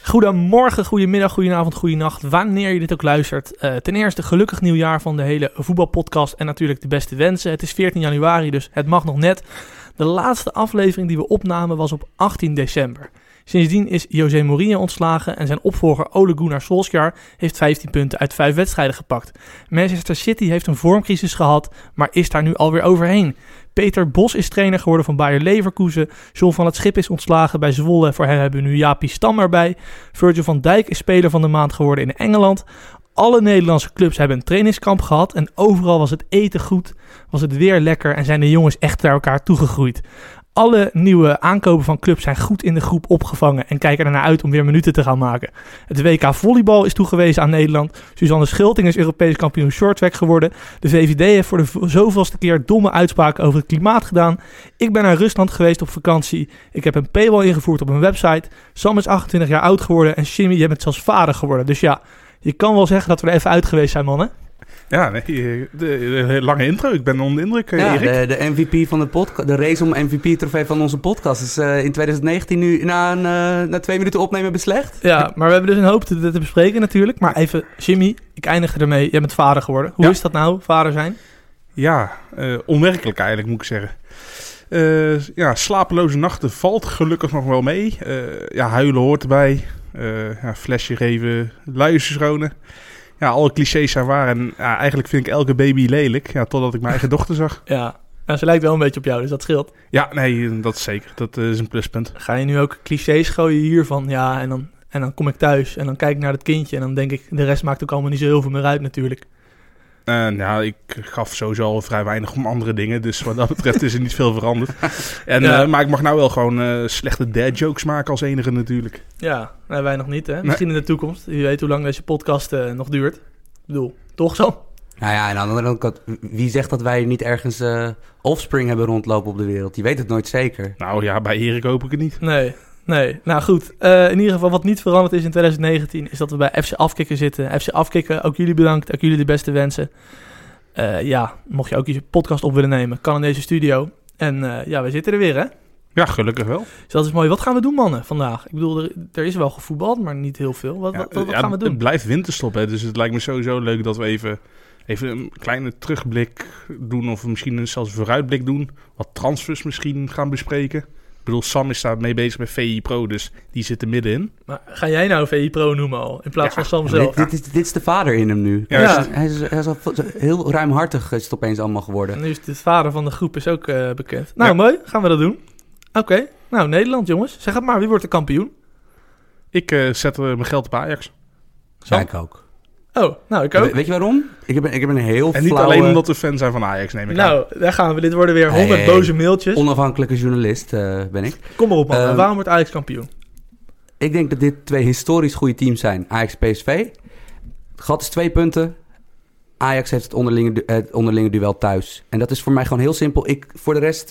Goedemorgen, goedemiddag, goedenavond, goedenacht, wanneer je dit ook luistert. Ten eerste gelukkig nieuwjaar van de hele voetbalpodcast en natuurlijk de beste wensen. Het is 14 januari, dus het mag nog net. De laatste aflevering die we opnamen was op 18 december. Sindsdien is José Mourinho ontslagen en zijn opvolger Ole Gunnar Solskjaer heeft 15 punten uit 5 wedstrijden gepakt. Manchester City heeft een vormcrisis gehad, maar is daar nu alweer overheen. Peter Bos is trainer geworden van Bayer Leverkusen. John van het Schip is ontslagen bij Zwolle. Voor hem hebben we nu Jaapie Stam erbij. Virgil van Dijk is speler van de maand geworden in Engeland. Alle Nederlandse clubs hebben een trainingskamp gehad. En overal was het eten goed, was het weer lekker en zijn de jongens echt naar elkaar toegegroeid. Alle nieuwe aankopen van clubs zijn goed in de groep opgevangen en kijken ernaar uit om weer minuten te gaan maken. Het WK volleybal is toegewezen aan Nederland. Suzanne Schulting is Europees kampioen shorttrack geworden. De VVD heeft voor de zoveelste keer domme uitspraken over het klimaat gedaan. Ik ben naar Rusland geweest op vakantie. Ik heb een paywall ingevoerd op een website. Sam is 28 jaar oud geworden en Jimmy, je bent zelfs vader geworden. Dus ja, je kan wel zeggen dat we er even uit geweest zijn, mannen. Ja, nee, de lange intro. Ik ben onder de indruk, Erik. De MVP van de podcast, de race om MVP-trofee van onze podcast is in 2019 nu na 2 minuten opnemen beslecht. Ja, maar we hebben dus een hoop te bespreken natuurlijk. Maar even, Jimmy, ik eindig ermee. Jij bent vader geworden. Hoe is dat nou, vader zijn? Ja, onwerkelijk eigenlijk, moet ik zeggen. Slapeloze nachten valt gelukkig nog wel mee. Huilen hoort erbij. Flesje geven, luiers schonen. Ja, alle clichés zijn waar. En eigenlijk vind ik elke baby lelijk. Ja, totdat ik mijn eigen dochter zag. Ja, ze lijkt wel een beetje op jou, dus dat scheelt. Ja, nee, dat is zeker. Dat is een pluspunt. Ga je nu ook clichés gooien hiervan? Ja, en dan kom ik thuis en dan kijk ik naar het kindje. En dan denk ik, de rest maakt ook allemaal niet zo heel veel meer uit natuurlijk. Ik gaf sowieso al vrij weinig om andere dingen. Dus wat dat betreft is er niet veel veranderd. Maar ik mag nou wel gewoon slechte dad jokes maken als enige natuurlijk. Ja, wij nog niet, hè. Misschien in de toekomst. Wie weet hoe lang deze podcast nog duurt. Ik bedoel, toch zo? Nou ja, en aan de andere kant, wie zegt dat wij niet ergens offspring hebben rondlopen op de wereld? Je weet het nooit zeker. Nou ja, bij Erik hoop ik het niet. Nee, nou goed. In ieder geval wat niet veranderd is in 2019... is dat we bij FC Afkikken zitten. FC Afkikken, ook jullie bedankt. Ook jullie de beste wensen. Mocht je ook je podcast op willen nemen... kan in deze studio. En we zitten er weer, hè? Ja, gelukkig wel. Dus dat is mooi. Wat gaan we doen, mannen, vandaag? Ik bedoel, er is wel gevoetbald, maar niet heel veel. Wat gaan we doen? Het blijft winterstop, hè. Dus het lijkt me sowieso leuk dat we even een kleine terugblik doen... of misschien zelfs een vooruitblik doen. Wat transfers misschien gaan bespreken... Ik bedoel, Sam is daar mee bezig met VI Pro, dus die zit er middenin. Maar ga jij nou VI Pro noemen al, in plaats van Sam zelf? Dit is de vader in hem nu. Ja. Hij is al heel ruimhartig is het opeens allemaal geworden. En nu is de vader van de groep is ook bekend. Nou, mooi. Gaan we dat doen? Oké. Nou, Nederland, jongens. Zeg het maar, wie wordt de kampioen? Ik zet mijn geld op Ajax. Ja, ik ook. Oh, nou, ik ook. Weet je waarom? Ik heb een heel En niet alleen omdat we fan zijn van Ajax, neem ik aan. Nou, daar gaan we. Dit worden weer 100 boze mailtjes. Onafhankelijke journalist ben ik. Kom maar op, man. Waarom wordt Ajax kampioen? Ik denk dat dit 2 historisch goede teams zijn. Ajax en PSV. Het gat is 2 punten. Ajax heeft het onderlinge duel thuis. En dat is voor mij gewoon heel simpel. Voor de rest...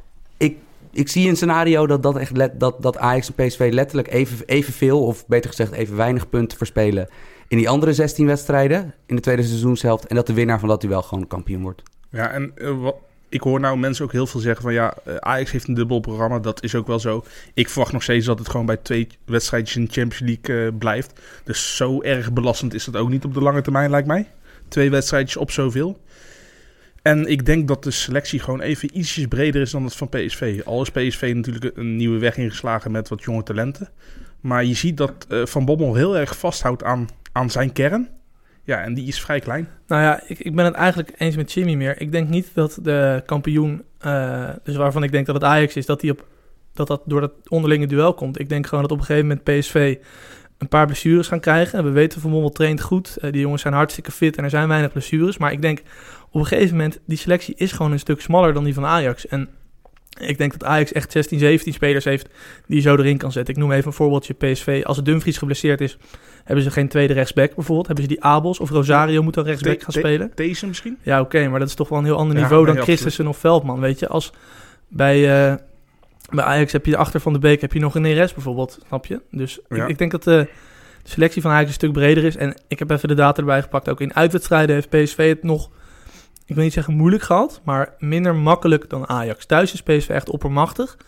Ik zie een scenario dat Ajax en PSV letterlijk evenveel... of beter gezegd even weinig punten verspelen... in die andere 16 wedstrijden in de tweede seizoenshelft... en dat de winnaar van dat duel gewoon kampioen wordt. Ja, en ik hoor nou mensen ook heel veel zeggen van... Ajax heeft een dubbel programma, dat is ook wel zo. Ik verwacht nog steeds dat het gewoon bij 2 wedstrijdjes in de Champions League blijft. Dus zo erg belastend is dat ook niet op de lange termijn, lijkt mij. 2 wedstrijdjes op zoveel. En ik denk dat de selectie gewoon even ietsjes breder is dan dat van PSV. Al is PSV natuurlijk een nieuwe weg ingeslagen met wat jonge talenten. Maar je ziet dat Van Bommel heel erg vasthoudt aan zijn kern. Ja, en die is vrij klein. Nou ja, ik ben het eigenlijk eens met Jimmy meer. Ik denk niet dat de kampioen, dus waarvan ik denk dat het Ajax is, dat door dat onderlinge duel komt. Ik denk gewoon dat op een gegeven moment PSV een paar blessures gaan krijgen. En we weten, Van Bommel traint goed. Die jongens zijn hartstikke fit en er zijn weinig blessures. Maar ik denk op een gegeven moment, die selectie is gewoon een stuk smaller dan die van Ajax. En ik denk dat Ajax echt 16, 17 spelers heeft die je zo erin kan zetten. Ik noem even een voorbeeldje. PSV, als Dumfries geblesseerd is, hebben ze geen tweede rechtsback bijvoorbeeld. Hebben ze die Abels of Rosario moet dan rechtsback gaan spelen. Deze misschien? Ja, oké, maar dat is toch wel een heel ander niveau dan Christensen of Veldman, weet je. Als bij Ajax heb je achter Van de Beek heb je nog een Neres bijvoorbeeld, snap je? Dus ik denk dat de selectie van Ajax een stuk breder is. En ik heb even de data erbij gepakt. Ook in uitwedstrijden heeft PSV het nog, ik wil niet zeggen moeilijk gehad, maar minder makkelijk dan Ajax. Thuis is PSV echt oppermachtig.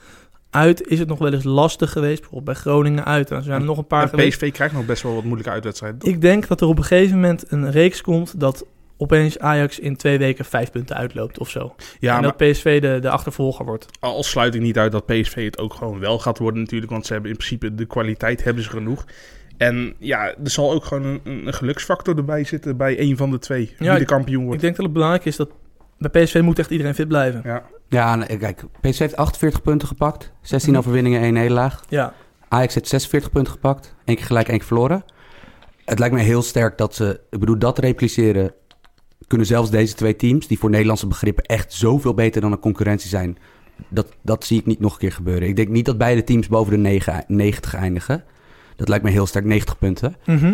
Uit is het nog wel eens lastig geweest. Bijvoorbeeld bij Groningen uit. En er zijn er nog een paar geweest. PSV krijgt nog best wel wat moeilijke uitwedstrijden. Ik denk dat er op een gegeven moment een reeks komt dat opeens Ajax in 2 weken 5 punten uitloopt of zo. Ja, en dat PSV de achtervolger wordt. Al sluit ik niet uit dat PSV het ook gewoon wel gaat worden natuurlijk. Want ze hebben in principe de kwaliteit hebben ze genoeg. En ja, er zal ook gewoon een geluksfactor erbij zitten bij een van de twee. Wie de kampioen wordt. Ik denk dat het belangrijk is dat bij PSV moet echt iedereen fit blijven. Ja, kijk, PSV heeft 48 punten gepakt. 16 overwinningen, 1 nederlaag. Ja. Ajax heeft 46 punten gepakt. 1 keer gelijk, 1 keer verloren. Het lijkt me heel sterk dat ze... Ik bedoel, dat repliceren kunnen zelfs deze twee teams... die voor Nederlandse begrippen echt zoveel beter dan een concurrentie zijn. Dat zie ik niet nog een keer gebeuren. Ik denk niet dat beide teams boven de 90 eindigen. Dat lijkt me heel sterk, 90 punten. Mm-hmm.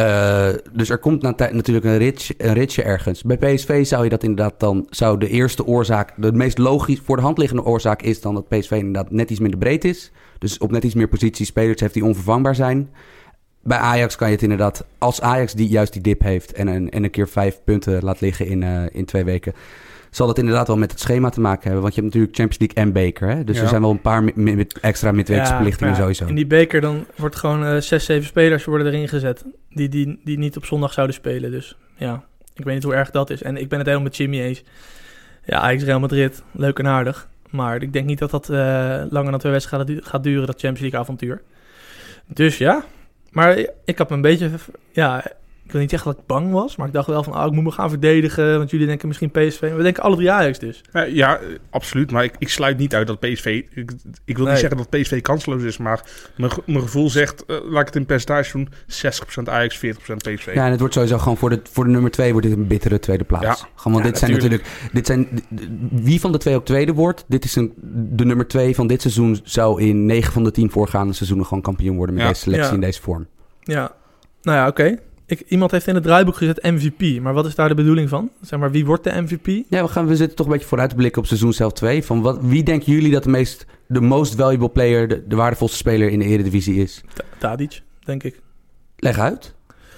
Dus er komt natuurlijk een ritje ergens. Bij PSV zou je dat inderdaad dan... zou de eerste oorzaak, de meest logisch voor de hand liggende oorzaak is dan dat PSV inderdaad net iets minder breed is. Dus op net iets meer posities spelers heeft die onvervangbaar zijn. Bij Ajax kan je het inderdaad, als Ajax juist die dip heeft en een keer 5 punten laat liggen in 2 weken... zal dat inderdaad wel met het schema te maken hebben. Want je hebt natuurlijk Champions League en beker. Hè? Dus er zijn wel een paar extra midweekse verplichtingen sowieso. In die beker dan wordt gewoon 6-7 spelers worden erin gezet. Die niet op zondag zouden spelen. Dus ja, ik weet niet hoe erg dat is. En ik ben het helemaal met Jimmy eens. Ja, Ajax Real Madrid, leuk en aardig. Maar ik denk niet dat langer dan 2 wedstrijden gaat duren, dat Champions League avontuur. Dus ja, maar ik had me een beetje... Ja, ik wil niet zeggen dat ik bang was, maar ik dacht wel van... ik moet me gaan verdedigen, want jullie denken misschien PSV. We denken alle 3 Ajax dus. Ja, absoluut. Maar ik sluit niet uit dat PSV... Ik wil niet zeggen dat PSV kansloos is, maar mijn gevoel zegt... laat ik het in percentage doen, 60% Ajax, 40% PSV. Ja, en het wordt sowieso gewoon voor de nummer 2 wordt dit een bittere tweede plaats. Ja. Gewoon, want dit zijn wie van de 2 ook tweede wordt... Dit is de nummer 2 van dit seizoen... zou in 9 van de 10 voorgaande seizoenen gewoon kampioen worden... met deze selectie in deze vorm. Ja, nou ja, oké. Iemand heeft in het draaiboek gezet MVP. Maar wat is daar de bedoeling van? Zeg maar, wie wordt de MVP? Ja, we zitten toch een beetje vooruit te blikken op seizoen zelf 2. Wie denken jullie dat de most valuable player... de waardevolste speler in de Eredivisie is? Tadic, denk ik. Leg uit.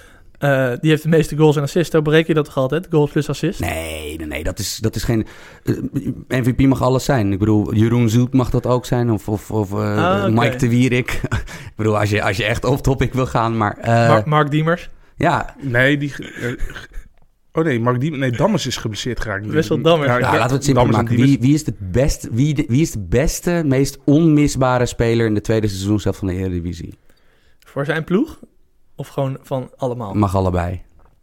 Die heeft de meeste goals en assists. Zo bereken je dat toch altijd? Goals plus assist? Nee. Dat is geen... MVP mag alles zijn. Ik bedoel, Jeroen Zoet mag dat ook zijn. Of okay. Mike de Wierik. Ik bedoel, als je echt off-topic wil gaan. Maar, Mark Diemers. Ja. Nee, Mark Diemers... Nee, Dammers is geblesseerd geraakt. Wessel Dammers. Ja, laten we het simpel maken. Wie is de beste, meest onmisbare speler... in de tweede seizoenshelft van de Eredivisie? Voor zijn ploeg? Of gewoon van allemaal? Mag allebei.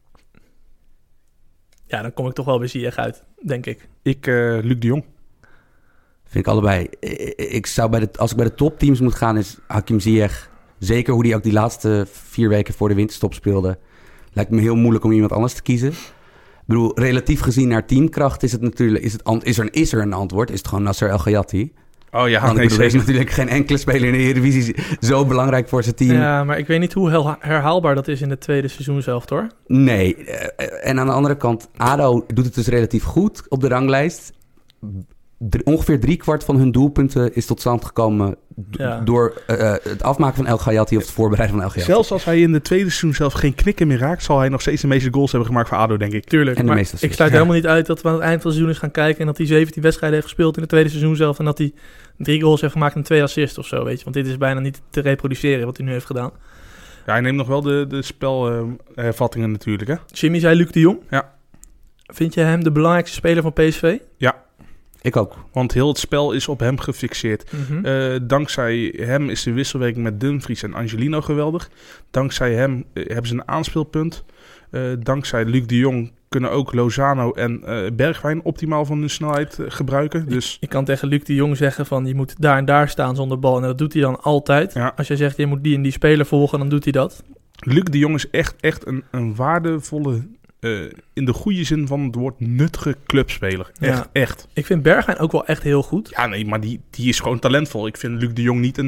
Ja, dan kom ik toch wel bij Ziyech uit, denk ik. Luc de Jong. Vind ik allebei. Ik zou als ik bij de topteams moet gaan, is Hakim Ziyech. Zeker hoe die ook die laatste 4 weken voor de winterstop speelde. Lijkt me heel moeilijk om iemand anders te kiezen. Ik bedoel, relatief gezien naar teamkracht is het natuurlijk... Is er een antwoord? Is het gewoon Nasser El Ghayaty? Oh ja, want er is natuurlijk geen enkele speler in de Eredivisie zo belangrijk voor zijn team. Ja, maar ik weet niet hoe herhaalbaar dat is in het tweede seizoen zelf, hoor. Nee. En aan de andere kant, ADO doet het dus relatief goed op de ranglijst. Ongeveer 3/4 van hun doelpunten is tot stand gekomen door het afmaken van El Ghayaty of het voorbereiden van El Ghayaty. Zelfs als hij in de tweede seizoen zelf geen knikken meer raakt, zal hij nog steeds de meeste goals hebben gemaakt voor ADO, denk ik. Tuurlijk, en maar ik sluit helemaal niet uit dat we aan het eind van het seizoen eens gaan kijken en dat hij 17 wedstrijden heeft gespeeld in het tweede seizoen zelf en dat hij 3 goals heeft gemaakt en 2 assists of zo, weet je. Want dit is bijna niet te reproduceren wat hij nu heeft gedaan. Ja, hij neemt nog wel de spelhervattingen natuurlijk, hè? Jimmy zei Luc de Jong. Ja. Vind je hem de belangrijkste speler van PSV? Ja. Ik ook. Want heel het spel is op hem gefixeerd. Mm-hmm. Dankzij hem is de wisselwerking met Dumfries en Angelino geweldig. Dankzij hem hebben ze een aanspeelpunt. Dankzij Luc de Jong kunnen ook Lozano en Bergwijn optimaal van hun snelheid gebruiken. Dus... Ik kan tegen Luc de Jong zeggen van je moet daar en daar staan zonder bal. En dat doet hij dan altijd. Ja. Als jij zegt je moet die en die speler volgen, dan doet hij dat. Luc de Jong is echt een waardevolle... in de goede zin van het woord nuttige clubspeler. Echt. Ik vind Bergwijn ook wel echt heel goed. Ja, nee, maar die is gewoon talentvol. Ik vind Luc de Jong niet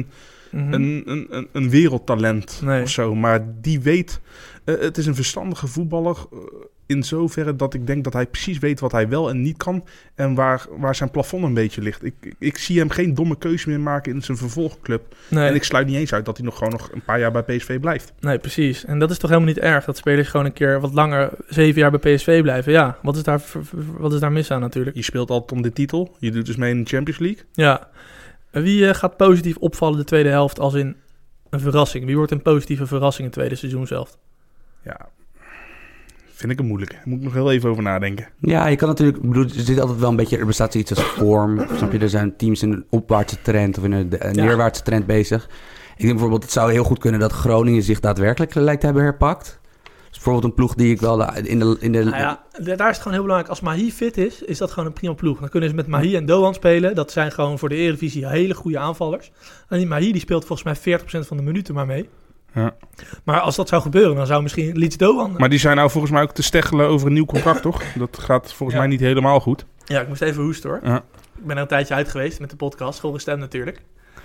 een wereldtalent of zo. Maar die weet... het is een verstandige voetballer in zoverre dat ik denk dat hij precies weet wat hij wel en niet kan. En waar zijn plafond een beetje ligt. Ik zie hem geen domme keuze meer maken in zijn vervolgclub. Nee. En ik sluit niet eens uit dat hij nog een paar jaar bij PSV blijft. Nee, precies. En dat is toch helemaal niet erg. Dat spelers gewoon een keer wat langer 7 jaar bij PSV blijven. Ja, wat is daar mis aan natuurlijk? Je speelt altijd om de titel. Je doet dus mee in de Champions League. Ja. Wie gaat positief opvallen de tweede helft als in een verrassing? Wie wordt een positieve verrassing in het tweede seizoen zelf? Ja, vind ik een moeilijke. Daar moet ik nog heel even over nadenken. Ja, je kan natuurlijk... Ik bedoel, er zit altijd wel een beetje... Er bestaat zoiets als vorm. Snap je? Er zijn teams in een opwaartse trend of in een neerwaartse trend bezig. Ik denk bijvoorbeeld, het zou heel goed kunnen dat Groningen zich daadwerkelijk lijkt te hebben herpakt. Dus bijvoorbeeld een ploeg die ik wel in de... Nou ja, daar is het gewoon heel belangrijk. Als Mahi fit is dat gewoon een prima ploeg. Dan kunnen ze met Mahi en Doan spelen. Dat zijn gewoon voor de Eredivisie hele goede aanvallers. En die Mahi die speelt volgens mij 40% van de minuten maar mee. Ja. Maar als dat zou gebeuren, dan zou misschien Leeds Doan... Maar die zijn nou volgens mij ook te steggelen over een nieuw contract, toch? Dat gaat volgens mij niet helemaal goed. Ja, ik moest even hoesten hoor. Ja. Ik ben er een tijdje uit geweest met de podcast. Schorre stem natuurlijk.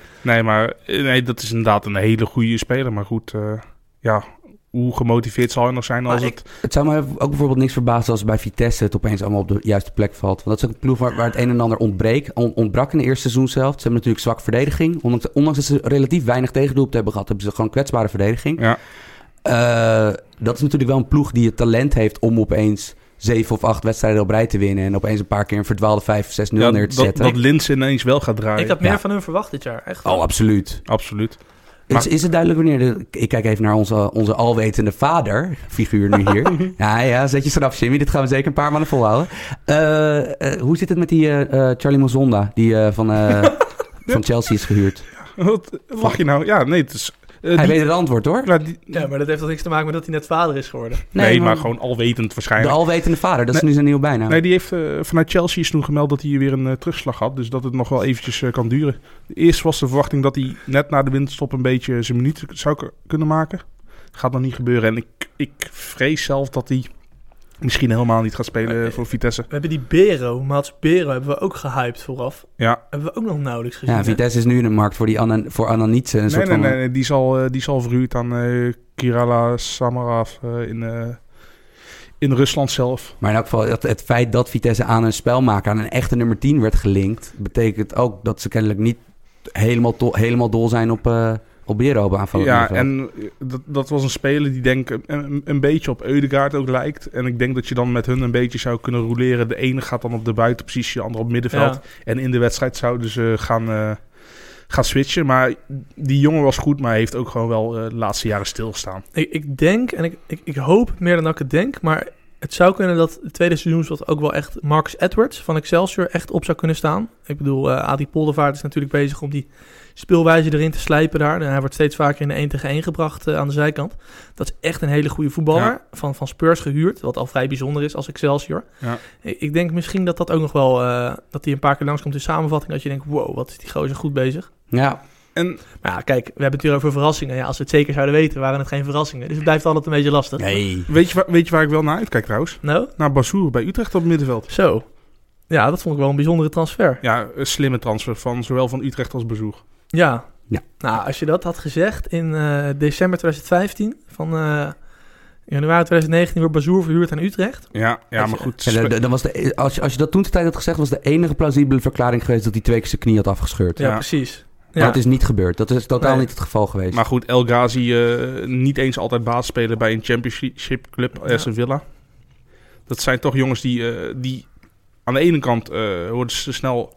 Nee, dat is inderdaad een hele goede speler. Maar goed, hoe gemotiveerd zal hij nog zijn als Het zou me ook bijvoorbeeld niks verbazen als bij Vitesse het opeens allemaal op de juiste plek valt. Want dat is ook een ploeg waar het een en ander ontbrak in de eerste seizoen zelf. Ze hebben natuurlijk zwak verdediging. Ondanks dat ze relatief weinig tegendoelpunten hebben gehad, hebben ze gewoon kwetsbare verdediging. Ja. Dat is natuurlijk wel een ploeg die het talent heeft om opeens 7 of 8 wedstrijden op rij te winnen en opeens een paar keer een verdwaalde 5-6-0 neer te zetten. Dat Linz ineens wel gaat draaien. Ik had meer van hun verwacht dit jaar. Echt. Oh, absoluut. Absoluut. Is het duidelijk wanneer... Ik kijk even naar onze alwetende vader-figuur nu hier. Ja, zet je eraf, Jimmy. Dit gaan we zeker een paar maanden volhouden. Hoe zit het met die Charlie Mozonda, die van Chelsea is gehuurd? Wat lach je nou? Ja, nee, het is... Hij weet het antwoord, hoor. Ja, maar dat heeft toch niks te maken met dat hij net vader is geworden? Nee, maar gewoon alwetend waarschijnlijk. De alwetende vader, dat is nu zijn nieuwe bijnaam. Nee, die heeft vanuit Chelsea is toen gemeld dat hij weer een terugslag had. Dus dat het nog wel eventjes kan duren. Eerst was de verwachting dat hij net na de winterstop een beetje zijn minuut zou kunnen maken. Gaat nog niet gebeuren. En ik vrees zelf dat hij misschien helemaal niet gaat spelen voor Vitesse. We hebben die Bero, Mats Bero, hebben we ook gehyped vooraf. Ja. Hebben we ook nog nauwelijks gezien. Ja, Vitesse is nu in de markt voor Ananice. Nee, die zal verhuurd aan Kirala Samaraf in Rusland zelf. Maar in elk geval, het feit dat Vitesse aan een spelmaker, aan een echte nummer 10 werd gelinkt, betekent ook dat ze kennelijk niet helemaal dol zijn op Bero op aanvallen. Ja, en dat was een speler die denk ik een beetje op Ødegaard ook lijkt. En ik denk dat je dan met hun een beetje zou kunnen roleren. De ene gaat dan op de buitenpositie, de andere op middenveld. Ja. En in de wedstrijd zouden ze gaan switchen. Maar die jongen was goed, maar hij heeft ook gewoon wel de laatste jaren stilgestaan. Ik denk, en ik hoop meer dan dat ik het denk, maar het zou kunnen dat het tweede seizoen ook wel echt Marcus Edwards van Excelsior echt op zou kunnen staan. Ik bedoel, Adi Poldervaart is natuurlijk bezig om die speelwijze erin te slijpen daar. En hij wordt steeds vaker in de 1-tegen-1 gebracht aan de zijkant. Dat is echt een hele goede voetballer. Ja. Van Spurs gehuurd, wat al vrij bijzonder is als Excelsior. Ja. Ik denk misschien dat ook nog wel, dat hij een paar keer langskomt in samenvatting, dat je denkt, wow, wat is die gozer goed bezig. Ja. Maar ja, kijk, we hebben het hier over verrassingen. Ja, als we het zeker zouden weten, waren het geen verrassingen. Dus het blijft altijd een beetje lastig. Nee. Weet je waar ik wel naar uitkijk trouwens? Nou? Naar Bazoer bij Utrecht op het middenveld. Zo. Ja, dat vond ik wel een bijzondere transfer. Ja, een slimme transfer van zowel van Utrecht als Bazoer. Ja. Nou, als je dat had gezegd in december 2015, van januari 2019 wordt Bazoer verhuurd aan Utrecht. Ja, maar goed. Dan was als je dat toen de tijd had gezegd, was de enige plausibele verklaring geweest dat hij 2 keer zijn knie had afgescheurd. Ja, precies. Maar het is niet gebeurd. Dat is totaal niet het geval geweest. Maar goed, El Ghazi niet eens altijd basisspeler bij een championship club als Aston Villa. Dat zijn toch jongens die aan de ene kant worden ze snel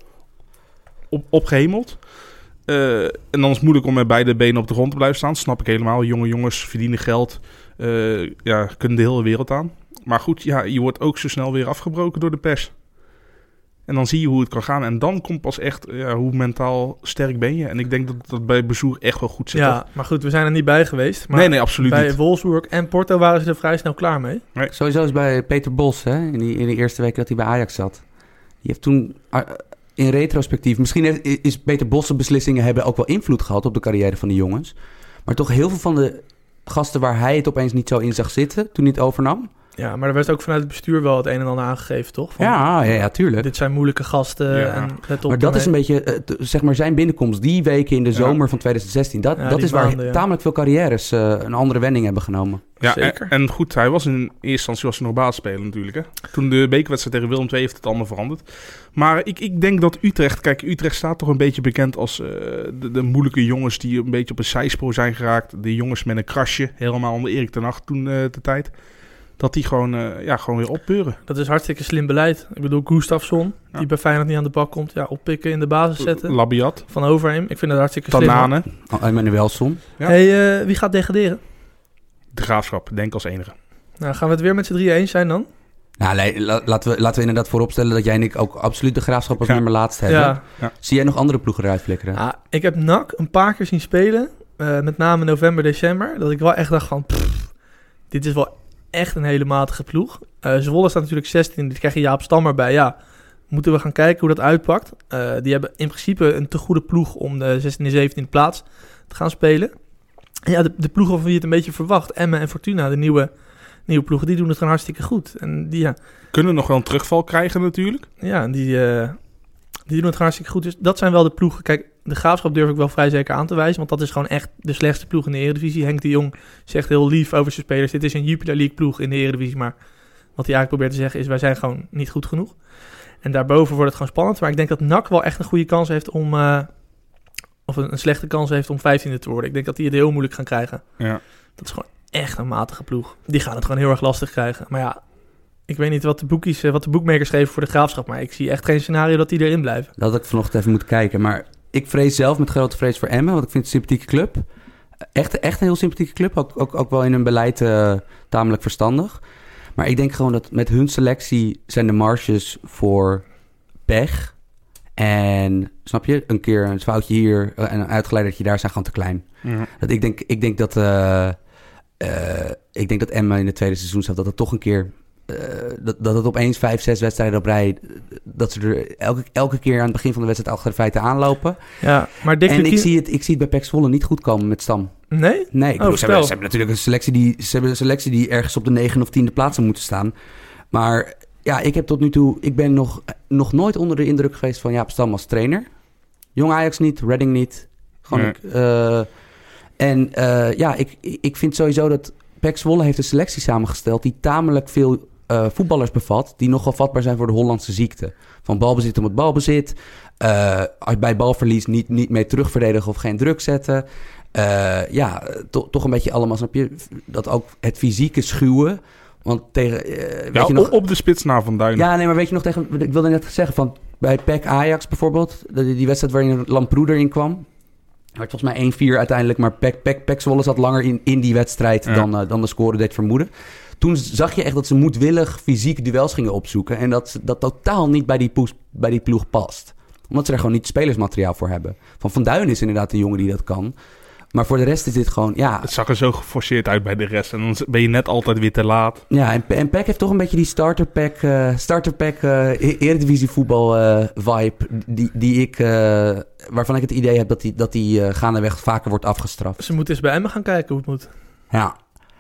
opgehemeld. En dan is het moeilijk om met beide benen op de grond te blijven staan. Dat snap ik helemaal. Jonge jongens verdienen geld. Kunnen de hele wereld aan. Maar goed, je wordt ook zo snel weer afgebroken door de pers. En dan zie je hoe het kan gaan. En dan komt pas echt hoe mentaal sterk ben je. En ik denk dat bij Bazoer echt wel goed zit. Ja, toch? Maar goed, we zijn er niet bij geweest. Maar nee, absoluut niet. Bij Wolfsburg en Porto waren ze er vrij snel klaar mee. Nee. Sowieso is bij Peter Bos, hè, in die eerste week dat hij bij Ajax zat. Die heeft toen in retrospectief... Misschien is Peter Bos' beslissingen hebben ook wel invloed gehad op de carrière van die jongens. Maar toch heel veel van de gasten waar hij het opeens niet zo in zag zitten toen hij het overnam. Ja, maar er werd ook vanuit het bestuur wel het een en ander aangegeven, toch? Van, ja, tuurlijk. Dit zijn moeilijke gasten. Ja. En let op maar dat is een beetje, zeg maar, zijn binnenkomst die weken in de zomer van 2016. Dat is waar tamelijk veel carrières een andere wending hebben genomen. Ja, zeker. En goed, hij was in eerste instantie nog basisspeler natuurlijk. Hè? Toen de bekerwedstrijd tegen Willem II heeft het allemaal veranderd. Maar ik denk dat Utrecht... Kijk, Utrecht staat toch een beetje bekend als de moeilijke jongens die een beetje op een zijspoor zijn geraakt. De jongens met een krasje, helemaal onder Erik ten Hag toen de tijd. dat die gewoon weer opbeuren. Dat is hartstikke slim beleid. Ik bedoel, Gustafsson, die bij Feyenoord niet aan de bak komt. Ja, oppikken, in de basis zetten. Labiat. Van Overheem. Ik vind dat hartstikke Tanane. slim. Emmanuelsson. Ja. Hey, wie gaat degraderen? De Graafschap, denk als enige. Nou, gaan we het weer met z'n drieën eens zijn dan? Nou, laten we inderdaad vooropstellen dat jij en ik ook absoluut de Graafschap als nummer laatst hebben. Ja. Zie jij nog andere ploegen eruit flikkeren? Ah, ik heb NAC een paar keer zien spelen. Met name november, december. Dat ik wel echt dacht van... dit is wel echt een hele matige ploeg. Zwolle staat natuurlijk 16. Die krijg je Jaap Stammer bij. Ja, moeten we gaan kijken hoe dat uitpakt. Die hebben in principe een te goede ploeg om de 16e en 17e plaats te gaan spelen. En ja, de ploegen van wie je het een beetje verwacht. Emmen en Fortuna, de nieuwe ploegen, die doen het gewoon hartstikke goed. En die kunnen nog wel een terugval krijgen natuurlijk. Ja, die doen het gewoon hartstikke goed. Dus dat zijn wel de ploegen. Kijk, de Graafschap durf ik wel vrij zeker aan te wijzen. Want dat is gewoon echt de slechtste ploeg in de Eredivisie. Henk de Jong zegt heel lief over zijn spelers. Dit is een Jupiler League ploeg in de Eredivisie. Maar wat hij eigenlijk probeert te zeggen is, wij zijn gewoon niet goed genoeg. En daarboven wordt het gewoon spannend. Maar ik denk dat NAC wel echt een goede kans heeft om... of een slechte kans heeft om 15e te worden. Ik denk dat die het heel moeilijk gaan krijgen. Ja. Dat is gewoon echt een matige ploeg. Die gaan het gewoon heel erg lastig krijgen. Maar ja, ik weet niet wat de boekmakers geven voor de Graafschap. Maar ik zie echt geen scenario dat die erin blijven. Dat had ik vanochtend even moeten kijken. Maar ik vrees zelf met grote vrees voor Emmen. Want ik vind het een sympathieke club. Echt een heel sympathieke club. Ook wel in hun beleid tamelijk verstandig. Maar ik denk gewoon dat met hun selectie zijn de marges voor pech. En snap je, een keer een foutje hier en een uitgeleidertje daar zijn gewoon te klein. Ja. Ik denk dat Emmen in het tweede seizoen zelf dat het toch een keer... dat het opeens 5-6 wedstrijden op rij... dat ze er elke keer aan het begin van de wedstrijd achter de feiten aanlopen. Ja, maar ik zie het bij PEC Zwolle niet goed komen met Stam. Nee? Nee, ik bedoel, ze hebben natuurlijk een selectie die ergens op de 9e of 10e plaats zou moeten staan. Maar ja, ik ben nog nooit onder de indruk geweest van Jaap Stam als trainer. Jong Ajax niet, Reading niet. Gewoon ik vind sowieso dat PEC Zwolle heeft een selectie samengesteld die tamelijk veel voetballers bevat die nogal vatbaar zijn voor de Hollandse ziekte. Van balbezit om het balbezit. Bij balverlies niet mee terugverdedigen of geen druk zetten. Toch een beetje allemaal, snap je? Dat ook het fysieke schuwen. Want tegen... op de spits na Van Duinen. Ja, nee, maar weet je nog ik wilde net zeggen van... Bij PEC Ajax bijvoorbeeld, die wedstrijd waarin Lamproe erin kwam... Het was volgens mij 1-4 uiteindelijk, maar PEC Zwolle zat langer in die wedstrijd dan de score deed vermoeden. Toen zag je echt dat ze moedwillig fysiek duels gingen opzoeken. En dat totaal niet bij die ploeg past. Omdat ze er gewoon niet spelersmateriaal voor hebben. Van Duinen is inderdaad een jongen die dat kan. Maar voor de rest is dit gewoon, ja... Het zag er zo geforceerd uit bij de rest. En dan ben je net altijd weer te laat. Ja, en PEC heeft toch een beetje die starter pack Eredivisie voetbal vibe. Waarvan ik het idee heb dat die gaandeweg vaker wordt afgestraft. Ze moeten eens bij Emmen gaan kijken hoe het moet. Ja.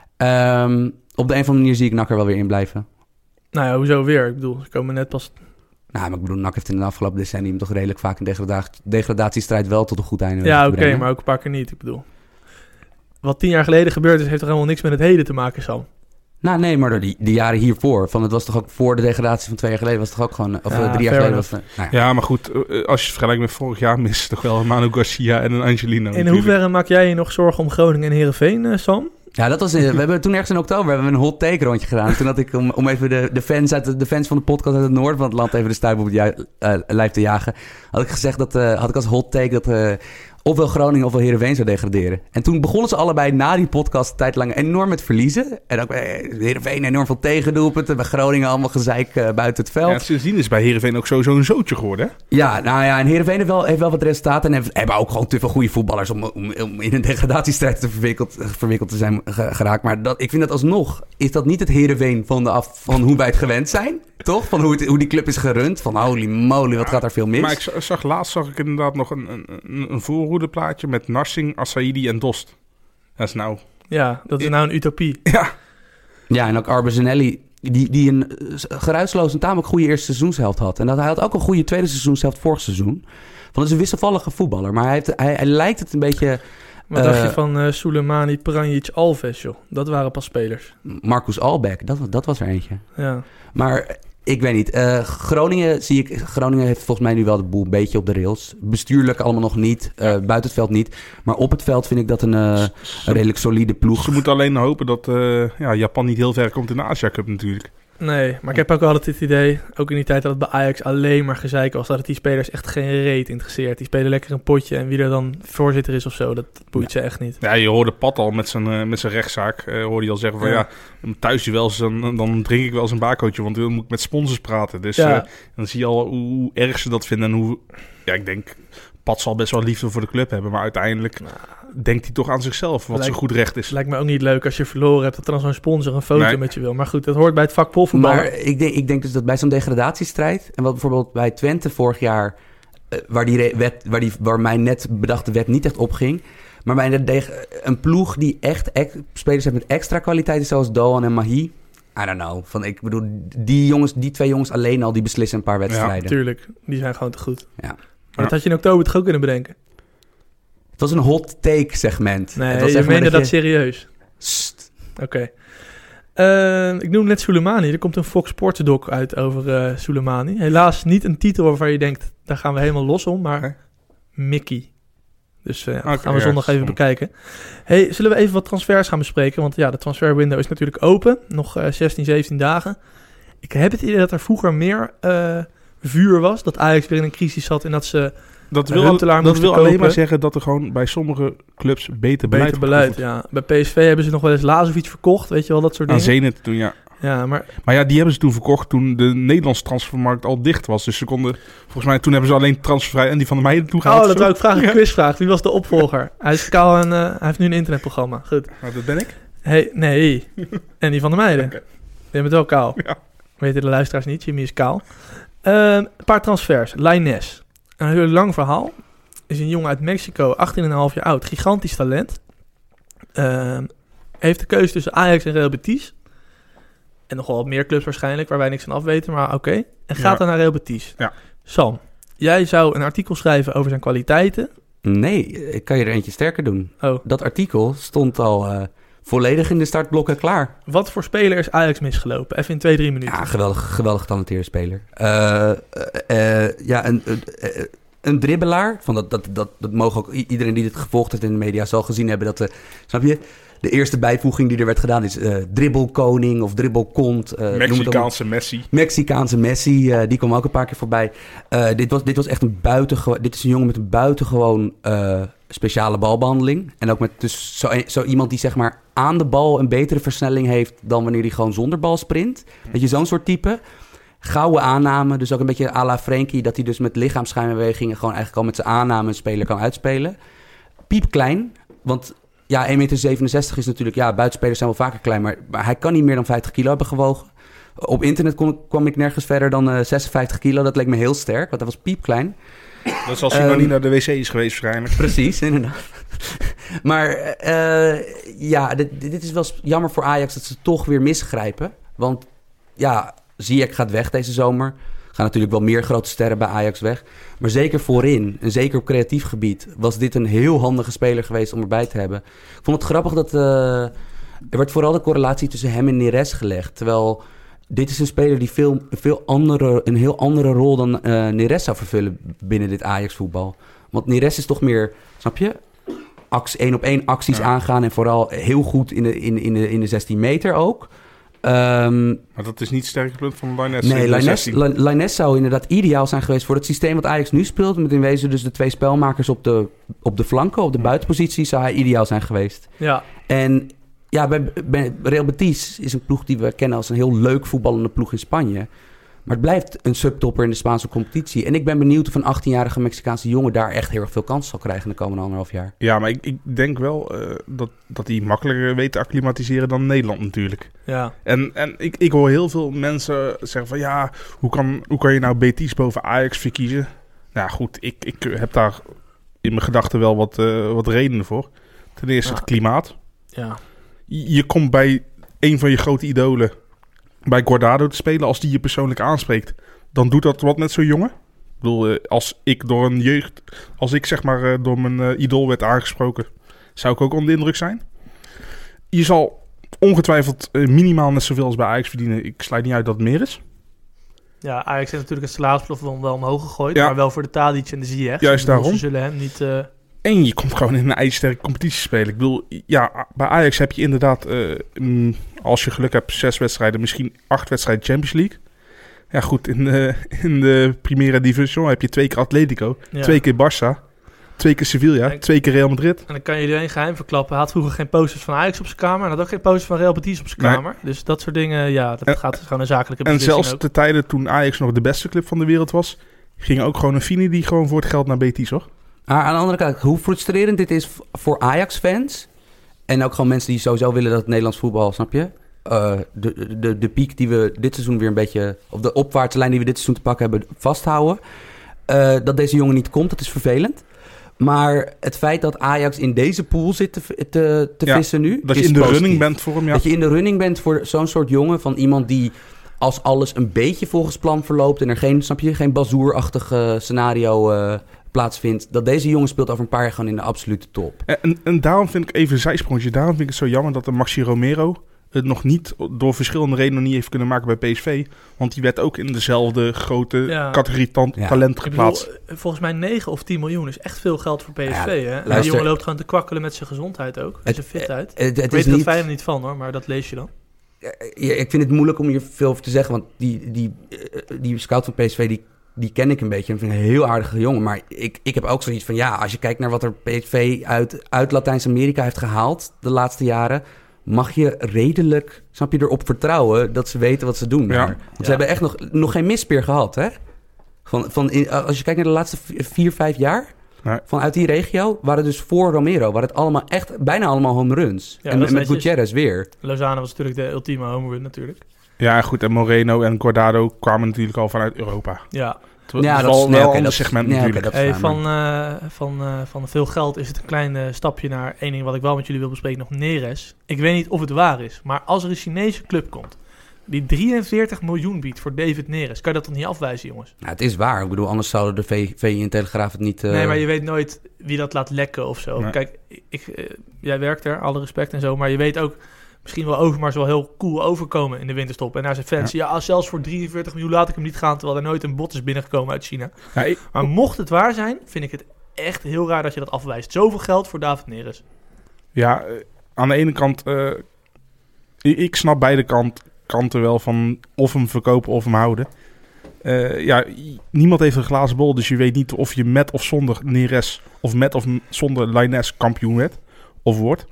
Op de een of andere manier zie ik NAC er wel weer in blijven. Nou ja, hoezo weer? Ik bedoel, ze komen net pas... Nou, maar ik bedoel, NAC heeft in de afgelopen decennium toch redelijk vaak een degradatiestrijd wel tot een goed einde. Ja, oké, maar ook een paar keer niet. Ik bedoel, wat 10 jaar geleden gebeurd is, heeft toch helemaal niks met het heden te maken, Sam? Nou, nee, maar door die jaren hiervoor. Het was toch ook voor de degradatie van 2 jaar geleden, was het toch ook gewoon... Of 3 jaar geleden was het... Nou ja, maar goed, als je het vergelijkt met vorig jaar, mis toch wel een Manu Garcia en een Angelino. In hoeverre maak jij je nog zorgen om Groningen en Heerenveen, Sam? Ja, dat was... We hebben toen ergens in oktober een hot take rondje gedaan. Toen had ik, om even de fans van de podcast uit het noorden van het land even de stuip op het lijf te jagen, had ik gezegd had ik als hot take dat ofwel Groningen ofwel Heerenveen zou degraderen. En toen begonnen ze allebei na die podcast een tijd lang enorm met verliezen. En ook Heerenveen enorm veel tegendoelpunten. Bij Groningen allemaal gezeik buiten het veld. Ja, sindsdien is bij Heerenveen ook sowieso een zootje geworden, hè? Ja, nou ja, en Heerenveen heeft wel wat resultaten. En hebben ook gewoon te veel goede voetballers om in een degradatiestrijd te verwikkeld te zijn geraakt. Maar ik vind dat alsnog, is dat niet het Heerenveen van hoe wij het gewend zijn? Toch? Van hoe die club is gerund. Van holy moly, wat gaat daar veel mis. Maar laatst zag ik inderdaad nog een voorhoedeplaatje met Narsing, Assaidi en Dost. Dat is nou... Ja, dat is nou een utopie. Ja, en ook Arbezenelli, die een geruisloos en tamelijk goede eerste seizoenshelft had. En hij had ook een goede tweede seizoenshelft vorig seizoen. Dat is een wisselvallige voetballer, maar hij lijkt het een beetje... Wat dacht je van Soleimani, Pranjic, Alves, joh? Dat waren pas spelers. Marcus Albeck, dat was er eentje. Ja. Maar Ik weet niet. Groningen heeft volgens mij nu wel de boel een beetje op de rails. Bestuurlijk allemaal nog niet. Buiten het veld niet. Maar op het veld vind ik dat een redelijk solide ploeg. Ze moeten alleen hopen dat Japan niet heel ver komt in de Asia Cup natuurlijk. Nee, maar ik heb ook altijd het idee, ook in die tijd dat het bij Ajax alleen maar gezeik was, dat het die spelers echt geen reet interesseert. Die spelen lekker een potje en wie er dan voorzitter is of zo, dat boeit ze echt niet. Ja, je hoorde Pat al met zijn rechtszaak, hoorde je al zeggen van thuis wel eens, dan drink ik wel eens een bakootje, want dan moet ik met sponsors praten. Dus dan zie je al hoe erg ze dat vinden en hoe, ik denk, Pat zal best wel liefde voor de club hebben, maar uiteindelijk denkt hij toch aan zichzelf, wat zo goed recht is. Lijkt me ook niet leuk als je verloren hebt, dat er dan zo'n sponsor een foto met je wil. Maar goed, dat hoort bij het vak profvoetbal. Maar ik denk dus dat bij zo'n degradatiestrijd, en wat bijvoorbeeld bij Twente vorig jaar, waar mijn net bedachte wet niet echt opging, maar bij een ploeg die echt spelers heeft met extra kwaliteiten, zoals Doan en Mahi, I don't know. Ik bedoel, die twee jongens alleen al, die beslissen een paar wedstrijden. Ja, tuurlijk. Die zijn gewoon te goed. Ja. Maar dat had je in oktober toch ook kunnen bedenken? Het was een hot take segment. Nee, je meende dat serieus. Oké. Ik noem net Soleimani. Er komt een Fox Sports doc uit over Soleimani. Helaas niet een titel waarvan je denkt, daar gaan we helemaal los om, maar Mickey. Dus gaan we zondag even bekijken. Hey, zullen we even wat transfers gaan bespreken? Want de transferwindow is natuurlijk open. Nog 16, 17 dagen. Ik heb het idee dat er vroeger meer vuur was. Dat Ajax weer in een crisis zat en dat ze Dat wil alleen maar zeggen dat er gewoon bij sommige clubs beter beleid ja. Bij PSV hebben ze nog wel eens Lazovic verkocht, weet je wel, dat soort dingen. Aan Zenit toen, ja. Ja, maar die hebben ze toen verkocht toen de Nederlandse transfermarkt al dicht was. Dus ze konden, volgens mij, toen hebben ze alleen transfervrij en die van de Meijden toegehaald. Oh, dat wou ik vragen, een quizvraag. Wie was de opvolger? Hij is kaal en hij heeft nu een internetprogramma. Goed. Nou, dat ben ik? Nee. En die van de Meijden. Okay. Die bent wel kaal. Ja. Weten de luisteraars niet, Jimmy is kaal. Een paar transfers. Lainez. Een heel lang verhaal. Is een jongen uit Mexico, 18,5 jaar oud. Gigantisch talent. Heeft de keuze tussen Ajax en Real Betis. En nog wel wat meer clubs waarschijnlijk, waar wij niks van af weten, maar oké. En gaat dan naar Real Betis. Ja. Sam, jij zou een artikel schrijven over zijn kwaliteiten. Nee, ik kan je er eentje sterker doen. Oh. Dat artikel stond al volledig in de startblokken klaar. Wat voor speler is Ajax misgelopen? Even in 2-3 minuten. Ja, geweldig getalenteerde speler. Een dribbelaar. Dat mogen ook iedereen die dit gevolgd heeft in de media zal gezien hebben. Snap je? De eerste bijvoeging die er werd gedaan is dribbelkoning of dribbelkont. Mexicaanse Messi. Mexicaanse Messi, die kwam ook een paar keer voorbij. Dit was echt dit is een jongen met een buitengewoon speciale balbehandeling. En ook met dus zo iemand die zeg maar aan de bal een betere versnelling heeft dan wanneer hij gewoon zonder bal sprint. Weet je, zo'n soort type. Gouden aanname, dus ook een beetje à la Frenkie, dat hij dus met lichaamsschijnbewegingen gewoon eigenlijk al met zijn aanname een speler kan uitspelen. Piepklein, want 1,67 meter is natuurlijk, buitenspelers zijn wel vaker klein, maar hij kan niet meer dan 50 kilo hebben gewogen. Op internet kwam ik nergens verder dan 56 kilo, dat leek me heel sterk, want dat was piepklein. Dat is als hij nog niet naar de wc is geweest waarschijnlijk. Precies, inderdaad. Maar dit is wel jammer voor Ajax dat ze toch weer misgrijpen, want Ziyech gaat weg deze zomer. Gaan natuurlijk wel meer grote sterren bij Ajax weg. Maar zeker voorin, en zeker op creatief gebied, was dit een heel handige speler geweest om erbij te hebben. Ik vond het grappig dat er werd vooral de correlatie tussen hem en Neres gelegd. Terwijl dit is een speler die een heel andere rol dan Neres zou vervullen binnen dit Ajax-voetbal. Want Neres is toch meer, snap je, 1-op-1 acties aangaan en vooral heel goed in de 16 meter ook. Maar dat is niet het sterke punt van Lainez. Nee, Lainez zou inderdaad ideaal zijn geweest voor het systeem wat Ajax nu speelt. Met in wezen dus de twee spelmakers op de flanken, op de buitenpositie, zou hij ideaal zijn geweest. Ja. En bij Real Betis is een ploeg die we kennen als een heel leuk voetballende ploeg in Spanje. Maar het blijft een subtopper in de Spaanse competitie. En ik ben benieuwd of een 18-jarige Mexicaanse jongen daar echt heel erg veel kans zal krijgen in de komende 1,5 jaar. Ja, maar ik denk wel dat hij makkelijker weet te acclimatiseren dan Nederland natuurlijk. Ja. En ik hoor heel veel mensen zeggen van hoe kan je nou Betis boven Ajax verkiezen? Nou goed, ik heb daar in mijn gedachten wel wat redenen voor. Ten eerste het klimaat. Ja. Je komt bij een van je grote idolen bij Guardado te spelen, als die je persoonlijk aanspreekt, dan doet dat wat met zo'n jongen. Ik bedoel, als ik zeg maar door mijn idool werd aangesproken, zou ik ook onder de indruk zijn. Je zal ongetwijfeld minimaal net zoveel als bij Ajax verdienen. Ik sluit niet uit dat het meer is. Ja, Ajax heeft natuurlijk het salarisplafond wel omhoog gegooid. Ja. Maar wel voor de Tadic en de Ziyech. Juist daarom. Ze zullen hem niet... En je komt gewoon in een ijzersterke competitie spelen. Ik bedoel, ja, bij Ajax heb je inderdaad, als je geluk hebt, 6 wedstrijden, misschien 8 wedstrijden Champions League. Ja goed, in de Primera Division heb je 2 keer Atletico, 2 keer Barça, 2 keer Sevilla, 2 keer Real Madrid. En dan kan je iedereen geheim verklappen. Hij had vroeger geen posters van Ajax op zijn kamer. En had ook geen posters van Real Betis op zijn kamer. Dus dat soort dingen, dat gaat gewoon een zakelijke beslissing. En zelfs de tijden toen Ajax nog de beste club van de wereld was, ging ook gewoon een Fini die gewoon voor het geld naar Betis, hoor. Maar aan de andere kant, hoe frustrerend dit is voor Ajax-fans. En ook gewoon mensen die sowieso willen dat het Nederlands voetbal, snap je? De piek die we dit seizoen weer een beetje... Of de opwaartse lijn die we dit seizoen te pakken hebben, vasthouden. Dat deze jongen niet komt, dat is vervelend. Maar het feit dat Ajax in deze pool zit te vissen nu... Dat je in de positief. running bent voor hem, ja. Dat je in de running bent voor zo'n soort jongen van iemand die... Als alles een beetje volgens plan verloopt en er geen bazoerachtig scenario plaatsvindt, dat deze jongen speelt over een paar jaar gewoon in de absolute top. En daarom vind ik even een zijsprongetje. Daarom vind ik het zo jammer dat de Maxi Romero het nog niet door verschillende redenen niet heeft kunnen maken bij PSV. Want die werd ook in dezelfde grote categorie talent geplaatst. Ik bedoel, volgens mij 9 of 10 miljoen is echt veel geld voor PSV. Hè? Luister, die jongen loopt gewoon te kwakkelen met zijn gezondheid ook. En zijn fitheid. Ik weet is er niet... fijn niet van hoor, maar dat lees je dan. Ik vind het moeilijk om hier veel over te zeggen, want die scout van PSV, die ken ik een beetje. Ik vind een heel aardige jongen, maar ik heb ook zoiets van, ja, als je kijkt naar wat er PSV uit Latijns-Amerika heeft gehaald de laatste jaren, mag je redelijk, snap je, erop vertrouwen dat ze weten wat ze doen. Ja. Want ze hebben echt nog geen mispeer gehad, hè? Als je kijkt naar de laatste 4-5 jaar, nee, vanuit die regio, waren dus voor Romero, waren het allemaal echt, bijna allemaal home runs. Ja, en met Gutierrez weer. Lozano was natuurlijk de ultieme home run natuurlijk. Ja, goed. En Moreno en Guardado kwamen natuurlijk al vanuit Europa. Ja. Dat is wel een ander segment natuurlijk. Van veel geld is het een klein stapje naar één ding wat ik wel met jullie wil bespreken, nog Neres. Ik weet niet of het waar is, maar als er een Chinese club komt die 43 miljoen biedt voor David Neres, kan je dat toch niet afwijzen, jongens? Nou, het is waar. Ik bedoel, anders zouden de VI en Telegraaf het niet... Nee, maar je weet nooit wie dat laat lekken of zo. Nee. Kijk, jij werkt er, alle respect en zo, maar je weet ook, misschien wel Overmars wel heel cool overkomen in de winterstop. En naar zijn fans, zelfs voor 43 miljoen laat ik hem niet gaan, terwijl er nooit een bot is binnengekomen uit China. Ja, Maar mocht het waar zijn, vind ik het echt heel raar dat je dat afwijst. Zoveel geld voor David Neres. Ja, aan de ene kant, ik snap beide kanten wel van of hem verkopen of hem houden. Niemand heeft een glazen bol, dus je weet niet of je met of zonder Neres of met of zonder Lainez kampioen werd of wordt.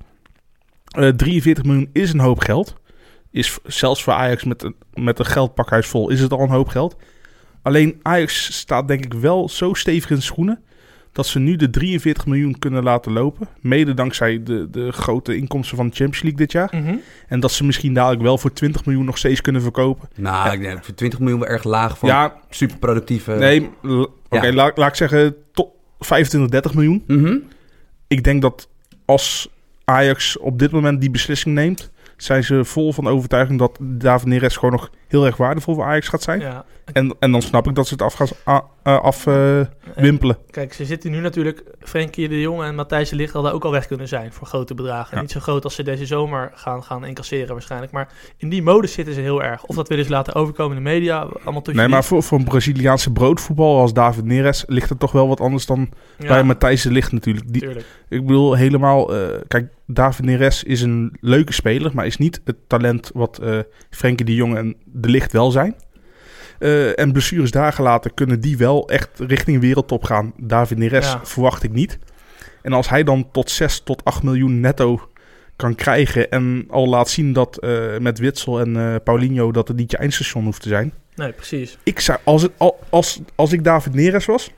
43 miljoen is een hoop geld. Is zelfs voor Ajax met een geldpakhuis vol is het al een hoop geld. Alleen Ajax staat denk ik wel zo stevig in de schoenen dat ze nu de 43 miljoen kunnen laten lopen. Mede dankzij de grote inkomsten van de Champions League dit jaar. Mm-hmm. En dat ze misschien dadelijk wel voor 20 miljoen nog steeds kunnen verkopen. Nou, ik denk voor 20 miljoen wel erg laag voor superproductieve... Nee, laat ik zeggen tot 25, 30 miljoen. Mm-hmm. Ik denk dat als Ajax op dit moment die beslissing neemt, zijn ze vol van overtuiging dat David Neres gewoon nog heel erg waardevol voor Ajax gaat zijn. Ja. En dan snap ik dat ze het afwimpelen. Kijk, ze zitten nu natuurlijk, Frenkie de Jong en Matthijs de Ligt hadden ook al weg kunnen zijn voor grote bedragen. Ja. Niet zo groot als ze deze zomer gaan incasseren waarschijnlijk. Maar in die modus zitten ze heel erg. Of dat willen ze laten overkomen in de media. Allemaal nee, maar voor een Braziliaanse broodvoetbal als David Neres ligt het toch wel wat anders dan bij Matthijs de Ligt natuurlijk. Ik bedoel helemaal, kijk, David Neres is een leuke speler, maar is niet het talent wat Frenkie de Jong en de Ligt wel zijn. En blessures daar gelaten kunnen die wel echt richting wereldtop gaan. David Neres verwacht ik niet. En als hij dan tot 6 tot 8 miljoen netto kan krijgen en al laat zien dat met Witsel en Paulinho dat het niet je eindstation hoeft te zijn. Nee, precies. Ik zou, als ik David Neres was,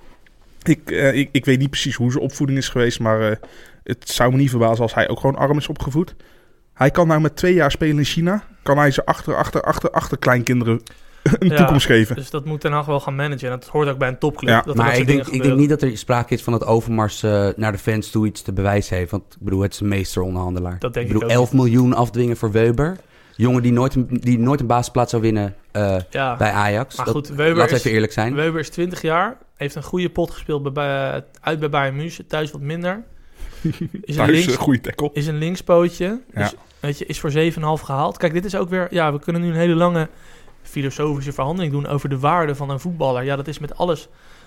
ik weet niet precies hoe zijn opvoeding is geweest, maar het zou me niet verbazen als hij ook gewoon arm is opgevoed. Hij kan nou met 2 jaar spelen in China, kan hij zijn achterkleinkinderen een toekomst geven. Dus dat moet Ten Hag wel gaan managen. En dat hoort ook bij een topclub. Ja. Dat maar ik denk niet dat er sprake is van dat Overmars naar de fans toe iets te bewijzen heeft. Want ik bedoel, het is een meesteronderhandelaar. Dat denk ik bedoel, 11 miljoen afdwingen voor Weber. Jongen die nooit een basisplaats zou winnen bij Ajax. Maar goed, laten we even eerlijk zijn. Weber is 20 jaar. Heeft een goede pot gespeeld uit bij Bayern München. Thuis wat minder. Is een goede tackle. Is een linkspootje. Ja. Dus, weet je, is voor 7,5 gehaald. Kijk, dit is ook weer... Ja, we kunnen nu een hele lange filosofische verhandeling doen over de waarde van een voetballer. Ja, dat is met alles.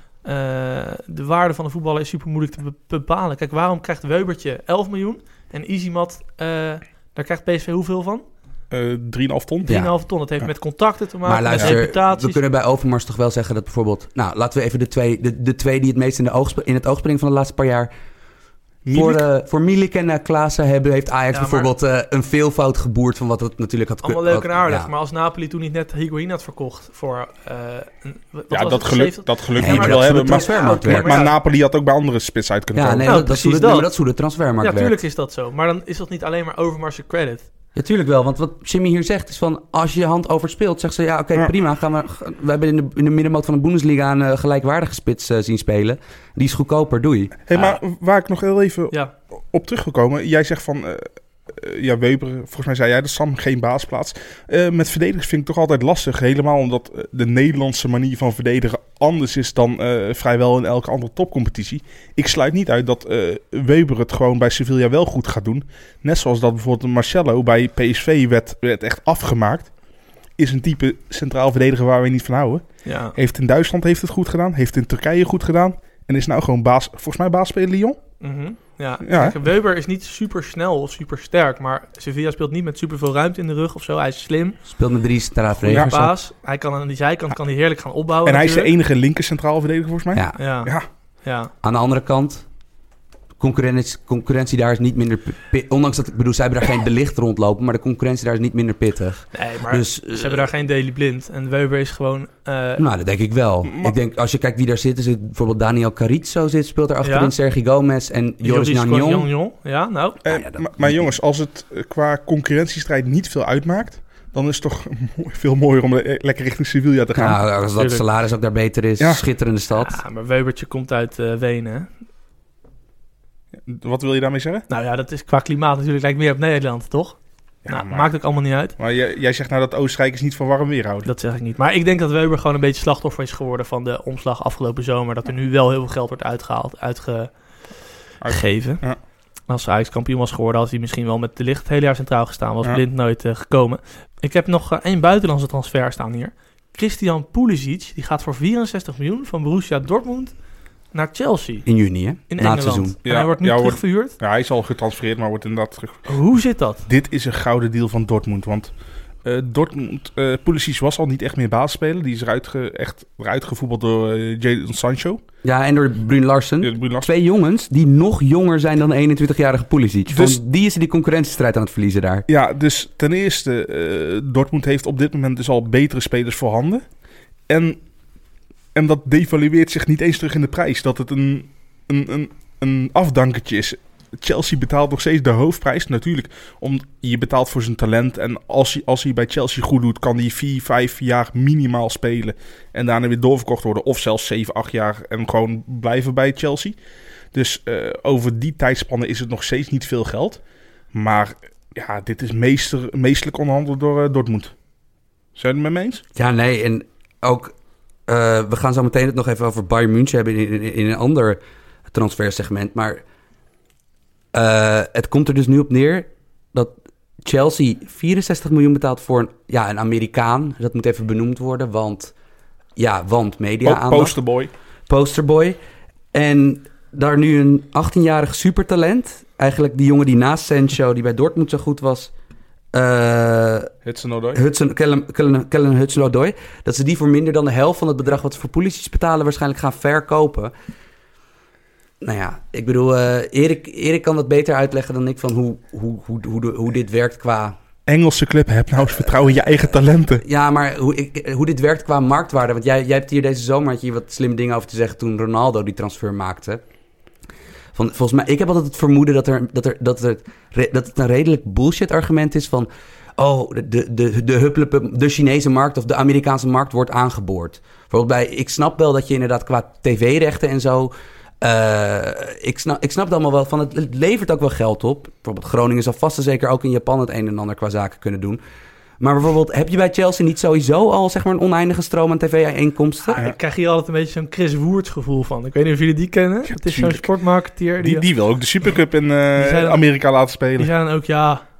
De waarde van een voetballer is super moeilijk te bepalen. Kijk, waarom krijgt Weubertje 11 miljoen en Izimat, daar krijgt PSV hoeveel van? 3,5 ton. 3,5 ton. Dat heeft met contacten te maken, Maar luister, met reputaties. we kunnen bij Overmars toch wel zeggen dat bijvoorbeeld... Nou, laten we even de twee die het meest in het oog springen van de laatste paar jaar... Voor Milik en Klaassen heeft Ajax bijvoorbeeld een veelvoud geboerd van wat het natuurlijk had allemaal leuk en aardig, maar als Napoli toen niet net Higuaín had verkocht voor... dat geluk moet je wel hebben. Maar Napoli had ook bij andere spits uit kunnen komen. Nee, dat is hoe de transfermarkt werkt. Ja, tuurlijk is dat zo. Maar dan is dat niet alleen maar Overmars' credit. Ja, tuurlijk wel. Want wat Jimmy hier zegt is van... als je je hand overspeelt, zegt ze... oké, prima. We hebben in de middenmoot van de Bundesliga... een gelijkwaardige spits zien spelen. Die is goedkoper, doei. Hey, maar waar ik nog heel even op terug wil komen... Jij zegt van... Weber, volgens mij zei jij dat Sam geen baasplaats. Met verdedigers vind ik toch altijd lastig. Helemaal omdat de Nederlandse manier van verdedigen anders is dan vrijwel in elke andere topcompetitie. Ik sluit niet uit dat Weber het gewoon bij Sevilla wel goed gaat doen. Net zoals dat bijvoorbeeld Marcelo bij PSV werd echt afgemaakt. Is een type centraal verdediger waar we niet van houden. Ja. Heeft in Duitsland het goed gedaan. Heeft in Turkije goed gedaan. En is nou gewoon volgens mij baas bij Lyon. Mm-hmm. Ja. Kijk, Weber is niet super snel of super sterk, maar Sevilla speelt niet met super veel ruimte in de rug of zo. Hij is slim. Speelt met 3 centraal verdedigers. Paas. Hij kan aan die zijkant kan hij heerlijk gaan opbouwen. En hij is de enige linker centraal verdediger volgens mij. Ja. Aan de andere kant, concurrentie daar is niet minder... Ondanks dat, zij hebben daar geen De Ligt rondlopen, maar de concurrentie daar is niet minder pittig. Nee, maar dus, ze hebben daar geen Daley Blind. En Weber is gewoon... Nou, dat denk ik wel. Ik denk, als je kijkt wie daar zit, is het bijvoorbeeld Daniel Carrizo speelt er achterin, Sergi Gomez en Joris Nagnon. Ja, nou. Maar jongens, als het qua concurrentiestrijd niet veel uitmaakt, dan is het toch veel mooier om lekker richting Sevilla te gaan. Nou, als dat salaris ook daar beter is, schitterende stad. Ja, maar Webertje komt uit Wenen, hè? Wat wil je daarmee zeggen? Nou ja, dat is qua klimaat natuurlijk lijkt meer op Nederland, toch? Ja, nou, maakt ook allemaal niet uit. Maar jij zegt nou dat Oostenrijkers niet van warm weer houden. Dat zeg ik niet. Maar ik denk dat Weber gewoon een beetje slachtoffer is geworden van de omslag afgelopen zomer. Dat er nu wel heel veel geld wordt uitgegeven. Ja. Als Ajax kampioen was geworden, had hij misschien wel met De Ligt het hele jaar centraal gestaan. Was Blind nooit gekomen. Ik heb nog 1 buitenlandse transfer staan hier. Christian Pulisic, die gaat voor 64 miljoen van Borussia Dortmund naar Chelsea. In juni, hè? In na Engeland. het seizoen. En hij wordt nu terugverhuurd. Ja, hij is al getransfereerd, maar wordt inderdaad terug. Hoe zit dat? Dit is een gouden deal van Dortmund. Want Pulisic was al niet echt meer basisspeler. Die is eruit gevoetbald door Jadon Sancho. Ja, en door Brun Larsen. 2 jongens die nog jonger zijn dan de 21-jarige Pulisic. Dus die is die concurrentiestrijd aan het verliezen daar. Ja, dus ten eerste, Dortmund heeft op dit moment dus al betere spelers voorhanden. En dat devalueert zich niet eens terug in de prijs. Dat het een afdankertje is. Chelsea betaalt nog steeds de hoofdprijs. Natuurlijk, je betaalt voor zijn talent. En als hij bij Chelsea goed doet, kan hij 4-5 jaar minimaal spelen. En daarna weer doorverkocht worden. Of zelfs 7-8 jaar en gewoon blijven bij Chelsea. Dus over die tijdspannen is het nog steeds niet veel geld. Maar ja, dit is meestelijk onderhandeld door Dortmund. Zijn jullie het met me eens? Ja, nee. En ook... we gaan zo meteen het nog even over Bayern München hebben in een ander transfersegment. Maar het komt er dus nu op neer dat Chelsea 64 miljoen betaalt voor een Amerikaan. Dat moet even benoemd worden, want media-aandacht. Posterboy. En daar nu een 18-jarig supertalent. Eigenlijk die jongen die naast Sancho, die bij Dortmund zo goed was... Kellen Hudson-Odoi. Dat ze die voor minder dan de helft van het bedrag wat ze voor Pulisic betalen waarschijnlijk gaan verkopen. Nou ja, ik bedoel, Erik kan dat beter uitleggen dan ik van hoe dit werkt qua... Engelse club, heb nou eens vertrouwen in je eigen talenten. Ja, maar hoe dit werkt qua marktwaarde. Want jij hebt hier deze zomer had je hier wat slimme dingen over te zeggen toen Ronaldo die transfer maakte. Volgens mij, ik heb altijd het vermoeden dat het een redelijk bullshit argument is van... de Chinese markt of de Amerikaanse markt wordt aangeboord. Bijvoorbeeld ik snap wel dat je inderdaad qua tv-rechten en zo... Ik snap het allemaal wel van het levert ook wel geld op. Bijvoorbeeld Groningen zal vast en zeker ook in Japan het een en ander qua zaken kunnen doen. Maar bijvoorbeeld, heb je bij Chelsea niet sowieso al zeg maar een oneindige stroom aan tv-inkomsten? Ik krijg hier altijd een beetje zo'n Chris Woerts gevoel van. Ik weet niet of jullie die kennen. Ja, het is zo'n sportmarketeer. Die wil ook de Supercup in Amerika laten spelen. Die zijn dan ook,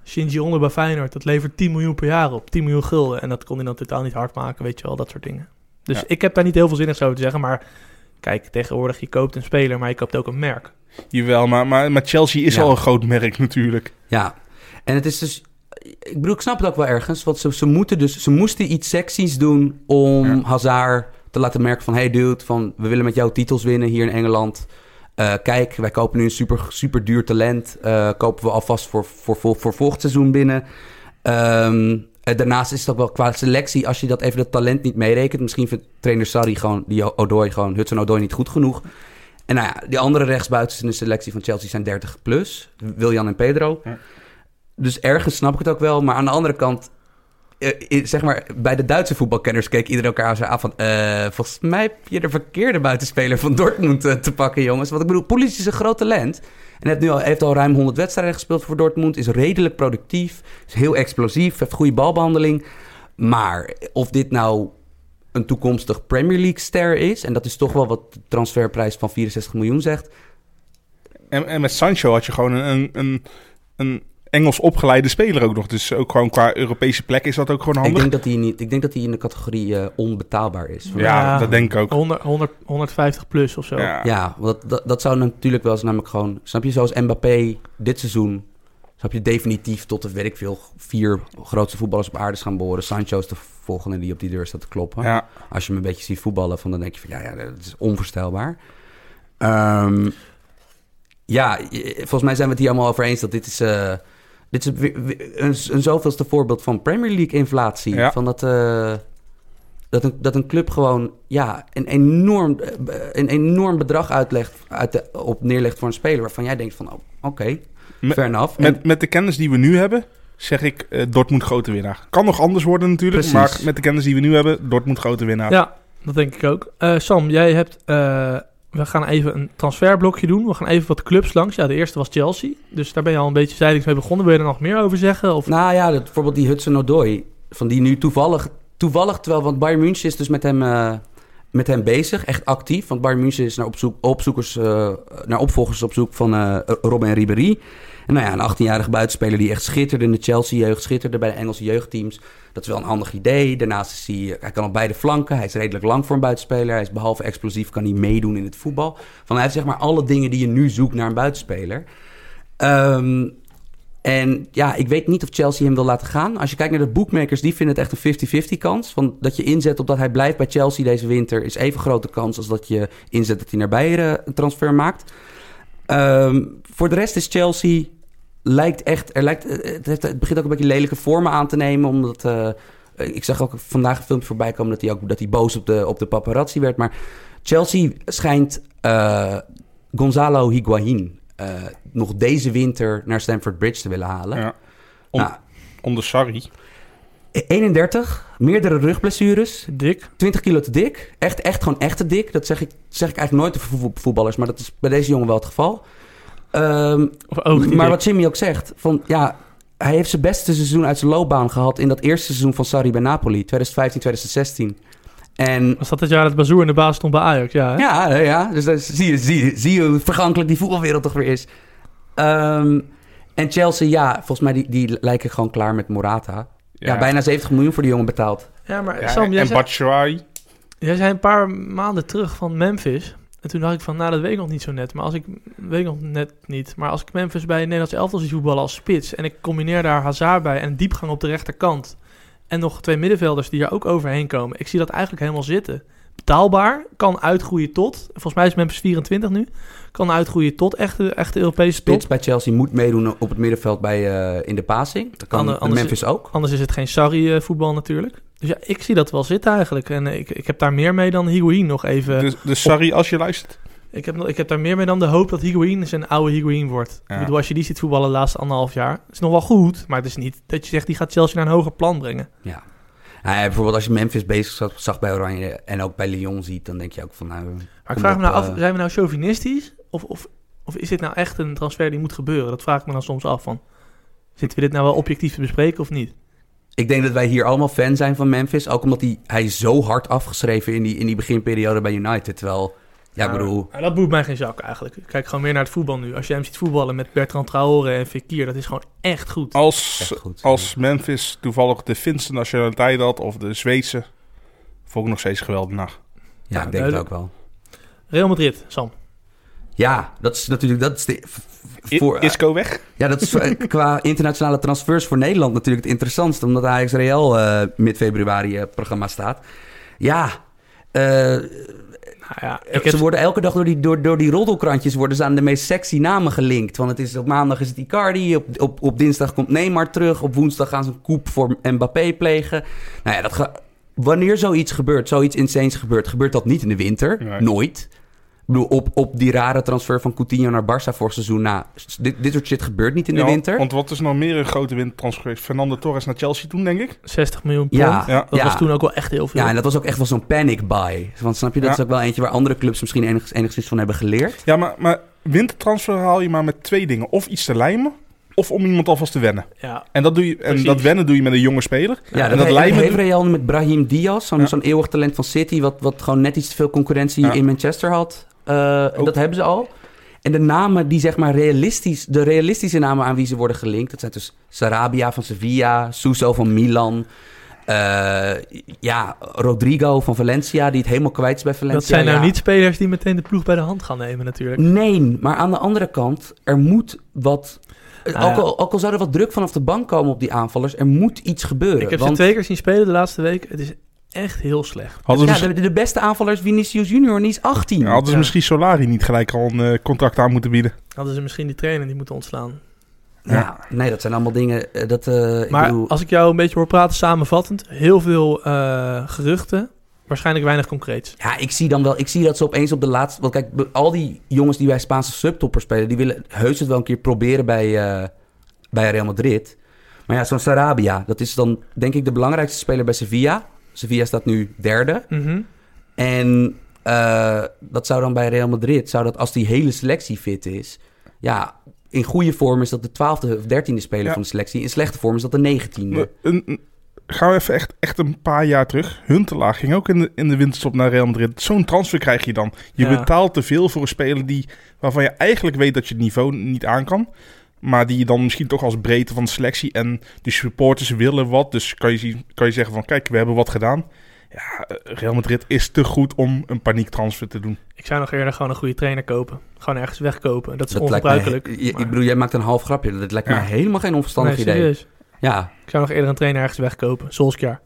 Shinji Onder bij Feyenoord, dat levert 10 miljoen per jaar op. 10 miljoen gulden. En dat kon hij dan totaal niet hard maken, weet je wel, dat soort dingen. Dus ik heb daar niet heel veel zinnigs over te zeggen. Maar kijk, tegenwoordig, je koopt een speler, maar je koopt ook een merk. Jawel, maar Chelsea is al een groot merk natuurlijk. Ja, en het is dus... Ik bedoel, ik snap het ook wel ergens. Want ze moesten iets seksies doen om Hazard te laten merken van... Hey dude, we willen met jou titels winnen hier in Engeland. Kijk, wij kopen nu een super duur talent. Kopen we alvast voor volgend seizoen binnen. Daarnaast is het ook wel qua selectie... als je dat talent niet meerekent... misschien vindt trainer Sarri Hudson-Odoi niet goed genoeg. En nou ja, die andere rechtsbuitens in de selectie van Chelsea zijn 30 plus. Willian en Pedro. Ja. Dus ergens snap ik het ook wel. Maar aan de andere kant... zeg maar, bij de Duitse voetbalkenners keek iedereen elkaar aan van... volgens mij heb je de verkeerde buitenspeler van Dortmund te pakken, jongens. Want ik bedoel, Pulisic is een groot talent. En heeft al ruim 100 wedstrijden gespeeld voor Dortmund. Is redelijk productief. Is heel explosief. Heeft goede balbehandeling. Maar of dit nou een toekomstig Premier League ster is... en dat is toch wel wat de transferprijs van 64 miljoen zegt. En met Sancho had je gewoon een Engels opgeleide speler ook nog. Dus ook gewoon qua Europese plek is dat ook gewoon handig. Ik denk dat hij in de categorie onbetaalbaar is. Ja, dat denk ik ook. 150 plus of zo. Ja, want dat zou natuurlijk wel eens namelijk gewoon... Snap je, zoals Mbappé dit seizoen... Snap je, definitief tot de, weet ik veel... 4 grootste voetballers op aarde gaan behoren. Sancho is de volgende die op die deur staat te kloppen. Ja. Als je hem een beetje ziet voetballen... dan denk je van ja, dat is onvoorstelbaar. Volgens mij zijn we het hier allemaal over eens... dat dit is een zoveelste voorbeeld van Premier League inflatie. Ja. Van dat een club gewoon een enorm bedrag neerlegt voor een speler... waarvan jij denkt van, oké, fair enough. Met de kennis die we nu hebben, zeg ik Dortmund grote winnaar. Kan nog anders worden natuurlijk, precies. Maar met de kennis die we nu hebben, Dortmund grote winnaar. Ja, dat denk ik ook. Sam, jij hebt... we gaan even een transferblokje doen. We gaan even wat clubs langs. Ja, de eerste was Chelsea. Dus daar ben je al een beetje zijdelings mee begonnen. Wil je er nog meer over zeggen? Of? Nou ja, bijvoorbeeld die Hudson-Odoi. Van die nu toevallig terwijl... Want Bayern München is dus met hem bezig. Echt actief. Want Bayern München is naar opvolgers op zoek van Robben en Ribéry. En nou ja, een 18-jarige buitenspeler die echt schitterde in de Chelsea-jeugd. Schitterde bij de Engelse jeugdteams. Dat is wel een handig idee. Daarnaast is hij kan op beide flanken. Hij is redelijk lang voor een buitenspeler. Hij is behalve explosief, kan hij meedoen in het voetbal. Hij heeft zeg maar alle dingen die je nu zoekt naar een buitenspeler. En ja, ik weet niet of Chelsea hem wil laten gaan. Als je kijkt naar de bookmakers, die vinden het echt een 50-50 kans. Van dat je inzet op dat hij blijft bij Chelsea deze winter... is even grote kans als dat je inzet dat hij naar Bayern een transfer maakt. Voor de rest is Chelsea... Het begint ook een beetje lelijke vormen aan te nemen. Omdat ik zag ook vandaag een filmpje voorbij komen dat hij boos op de paparazzi werd. Maar Chelsea schijnt Gonzalo Higuaín nog deze winter naar Stamford Bridge te willen halen. Ja. Onder Sarri. 31, meerdere rugblessures. Dik. 20 kilo te dik. Echt gewoon echt te dik. Dat zeg ik eigenlijk nooit over voetballers. Maar dat is bij deze jongen wel het geval. Maar wat Jimmy ook zegt, hij heeft zijn beste seizoen uit zijn loopbaan gehad in dat eerste seizoen van Sarri bij Napoli, 2015, 2016. En was dat het jaar dat Bazoer in de baas stond bij Ajax? Ja, hè? Ja. Dus zie je hoe vergankelijk die voetbalwereld toch weer is. En Chelsea, volgens mij die lijken gewoon klaar met Morata. Ja, bijna 70 miljoen voor die jongen betaald. Ja, maar Sam, en Batshuayi. Jij zei een paar maanden terug van Memphis. En toen dacht ik van, dat weet ik nog niet zo net. Maar als ik Memphis bij het Nederlands elftal zie voetballen als spits... en ik combineer daar Hazard bij en diepgang op de rechterkant... en nog 2 middenvelders die er ook overheen komen... ik zie dat eigenlijk helemaal zitten. Betaalbaar, kan uitgroeien tot... volgens mij is Memphis 24 nu... kan uitgroeien tot echte Europese top. Spits bij Chelsea moet meedoen op het middenveld in de passing. Dat kan Memphis ook. Anders is het geen Sarri voetbal natuurlijk. Dus ja, ik zie dat wel zitten eigenlijk. En ik heb daar meer mee dan Higuaín nog even... Dus Sarri, als je luistert. Ik heb daar meer mee dan de hoop dat Higuaín zijn oude Higuaín wordt. Ja. Ik bedoel, als je die ziet voetballen de laatste 1,5 jaar... is nog wel goed, maar het is niet dat je zegt... die gaat Chelsea naar een hoger plan brengen. Ja. Bijvoorbeeld als je Memphis bezig zag bij Oranje... en ook bij Lyon ziet, dan denk je ook van... maar ik vraag me nou af, zijn we nou chauvinistisch? Of is dit nou echt een transfer die moet gebeuren? Dat vraag ik me dan soms af van... zitten we dit nou wel objectief te bespreken of niet? Ik denk dat wij hier allemaal fan zijn van Memphis. Ook omdat hij is zo hard afgeschreven in die beginperiode bij United. Terwijl Ja, ik bedoel... Dat boeit mij geen zak eigenlijk. Ik kijk gewoon meer naar het voetbal nu. Als je hem ziet voetballen met Bertrand Traoré en Fekir, dat is gewoon echt goed. Als Memphis toevallig de Finse nationaliteit had of de Zweedse, vond ik nog steeds geweldig naar. Ja, ik denk het ook wel. Real Madrid, Sam. Ja, dat is natuurlijk... Isco weg? Ja, dat is qua internationale transfers voor Nederland natuurlijk het interessantste. Omdat Ajax Real mid-februari programma staat. Ja, ze worden elke dag door die roddelkrantjes worden ze aan de meest sexy namen gelinkt. Want op maandag is het Icardi, op dinsdag komt Neymar terug, op woensdag gaan ze een coup voor Mbappé plegen. Nou ja, wanneer zoiets gebeurt, zoiets insanes gebeurt dat niet in de winter. Nee. Nooit. Ik bedoel, op die rare transfer van Coutinho naar Barça vorig seizoen. Nou, dit soort shit gebeurt niet in de winter. Want wat is nog meer een grote wintertransfer geweest? Fernando Torres naar Chelsea toen, denk ik. 60 miljoen pond. Ja. Dat was toen ook wel echt heel veel. Ja, en dat was ook echt wel zo'n panic buy. Want snap je, dat is ook wel eentje waar andere clubs misschien enigszins van hebben geleerd. Ja, maar wintertransfer haal je maar met 2 dingen. Of iets te lijmen, of om iemand alvast te wennen. Ja. En dat wennen doe je met een jonge speler. Ja, en dat lijmen heeft Real met Brahim Diaz, zo'n eeuwig talent van City, wat gewoon net iets te veel concurrentie in Manchester had. Dat hebben ze al. En de namen die zeg maar de realistische namen aan wie ze worden gelinkt, dat zijn dus Sarabia van Sevilla, Suso van Milan, Rodrigo van Valencia, die het helemaal kwijt is bij Valencia. Dat zijn niet spelers die meteen de ploeg bij de hand gaan nemen natuurlijk. Nee, maar aan de andere kant, er moet wat... Ook al zou er wat druk vanaf de bank komen op die aanvallers, er moet iets gebeuren. Ik heb ze 2 keer zien spelen de laatste week. Het is echt heel slecht. De beste aanvaller is Vinicius Junior en die is 18. Hadden ze misschien Solari niet gelijk al een contract aan moeten bieden? Hadden ze misschien die trainer die moeten ontslaan. Ja, nee, dat zijn allemaal dingen... Als ik jou een beetje hoor praten samenvattend, heel veel geruchten, waarschijnlijk weinig concreets. Ja, ik zie dat ze opeens op de laatste... Want kijk, al die jongens die bij Spaanse subtoppers spelen, die willen heus het wel een keer proberen bij Real Madrid. Maar ja, zo'n Sarabia, dat is dan denk ik de belangrijkste speler bij Sevilla. Sevilla staat nu 3e. Mm-hmm. En dat zou dan bij Real Madrid, als die hele selectie fit is... Ja, in goede vorm is dat de 12e of 13e speler van de selectie. In slechte vorm is dat de 19e. Gaan we even echt een paar jaar terug. Huntelaar ging ook in de winterstop naar Real Madrid. Zo'n transfer krijg je dan. Je betaalt te veel voor een speler waarvan je eigenlijk weet dat je het niveau niet aan kan. Maar die je dan misschien toch als breedte van de selectie en de supporters willen wat. Dus kan je zeggen van kijk, we hebben wat gedaan. Ja, Real Madrid is te goed om een paniektransfer te doen. Ik zou nog eerder gewoon een goede trainer kopen. Gewoon ergens wegkopen. Dat is ongebruikelijk. Ik bedoel, jij maakt een half grapje. Dat lijkt me helemaal geen onverstandig idee. Serieus. Ja. Ik zou nog eerder een trainer ergens wegkopen. Solskjaer.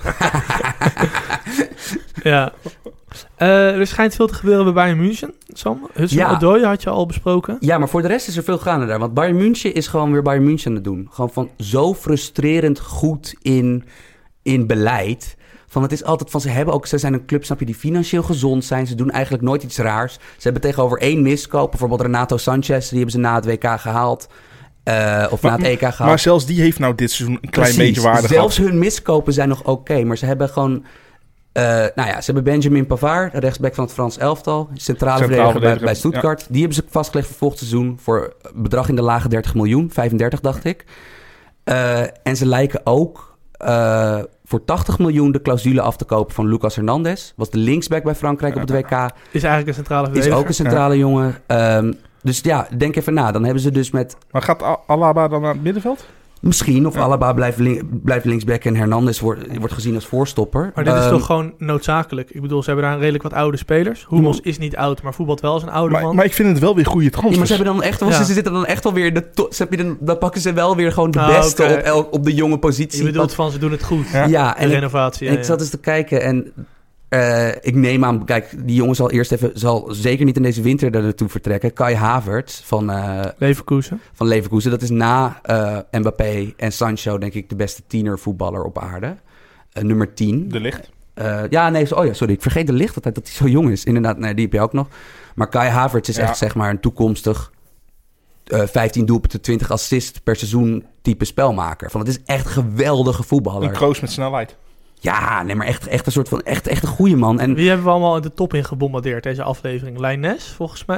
Ja. Er schijnt veel te gebeuren bij Bayern München. Sam, Hudson-Odoi had je al besproken. Ja, maar voor de rest is er veel gaande daar. Want Bayern München is gewoon weer Bayern München aan het doen. Gewoon van zo frustrerend goed in beleid. Van het is altijd van, ze zijn een club, snap je, die financieel gezond zijn. Ze doen eigenlijk nooit iets raars. Ze hebben tegenover 1 miskoop. Bijvoorbeeld Renato Sanchez, die hebben ze na het WK gehaald. Na het EK gehaald. Maar zelfs die heeft nou dit seizoen een klein beetje waarde zelfs gehad. Hun miskopen zijn nog oké, maar ze hebben gewoon... ze hebben Benjamin Pavard, de rechtsback van het Frans elftal. Centrale verdediger bij Stuttgart. Ja. Die hebben ze vastgelegd voor volgend seizoen voor bedrag in de lage 30 miljoen. 35 dacht ik. En ze lijken ook voor 80 miljoen de clausule af te kopen van Lucas Hernandez. Was de linksback bij Frankrijk op het WK. Is eigenlijk een centrale verdediger. Is ook een centrale jongen. Dus ja, denk even na. Dan hebben ze dus met... Maar gaat Alaba dan naar het middenveld? Misschien, of Alaba blijft linksback en Hernandez wordt gezien als voorstopper. Maar dit is toch gewoon noodzakelijk? Ik bedoel, ze hebben daar een redelijk wat oude spelers. Hummels is niet oud, maar voetbalt wel als een oude man. Maar ik vind het wel weer goede transfers. Ja, maar ze hebben dan echt wel, ze zitten dan echt wel weer... Dan pakken ze wel weer gewoon de beste op de jonge positie. Je bedoelt van, ze doen het goed. Ja, en renovatie. Ik zat eens te kijken en... ik neem aan, kijk, die jongen zal zeker niet in deze winter daar naartoe vertrekken. Kai Havertz van Leverkusen. Dat is na Mbappé en Sancho, denk ik, de beste tienervoetballer op aarde. Nummer 10. De Ligt. Sorry, ik vergeet de Ligt, dat hij zo jong is. Inderdaad, nee, die heb je ook nog. Maar Kai Havertz is echt, zeg maar, een toekomstig 15 doelpunten, 20 assists per seizoen type spelmaker. Het is echt een geweldige voetballer. Een Kroos met snelheid. Ja, nee, maar echt een soort van... Echt een goede man. En wie hebben we allemaal in de top in gebombardeerd, deze aflevering? Lainez, volgens mij?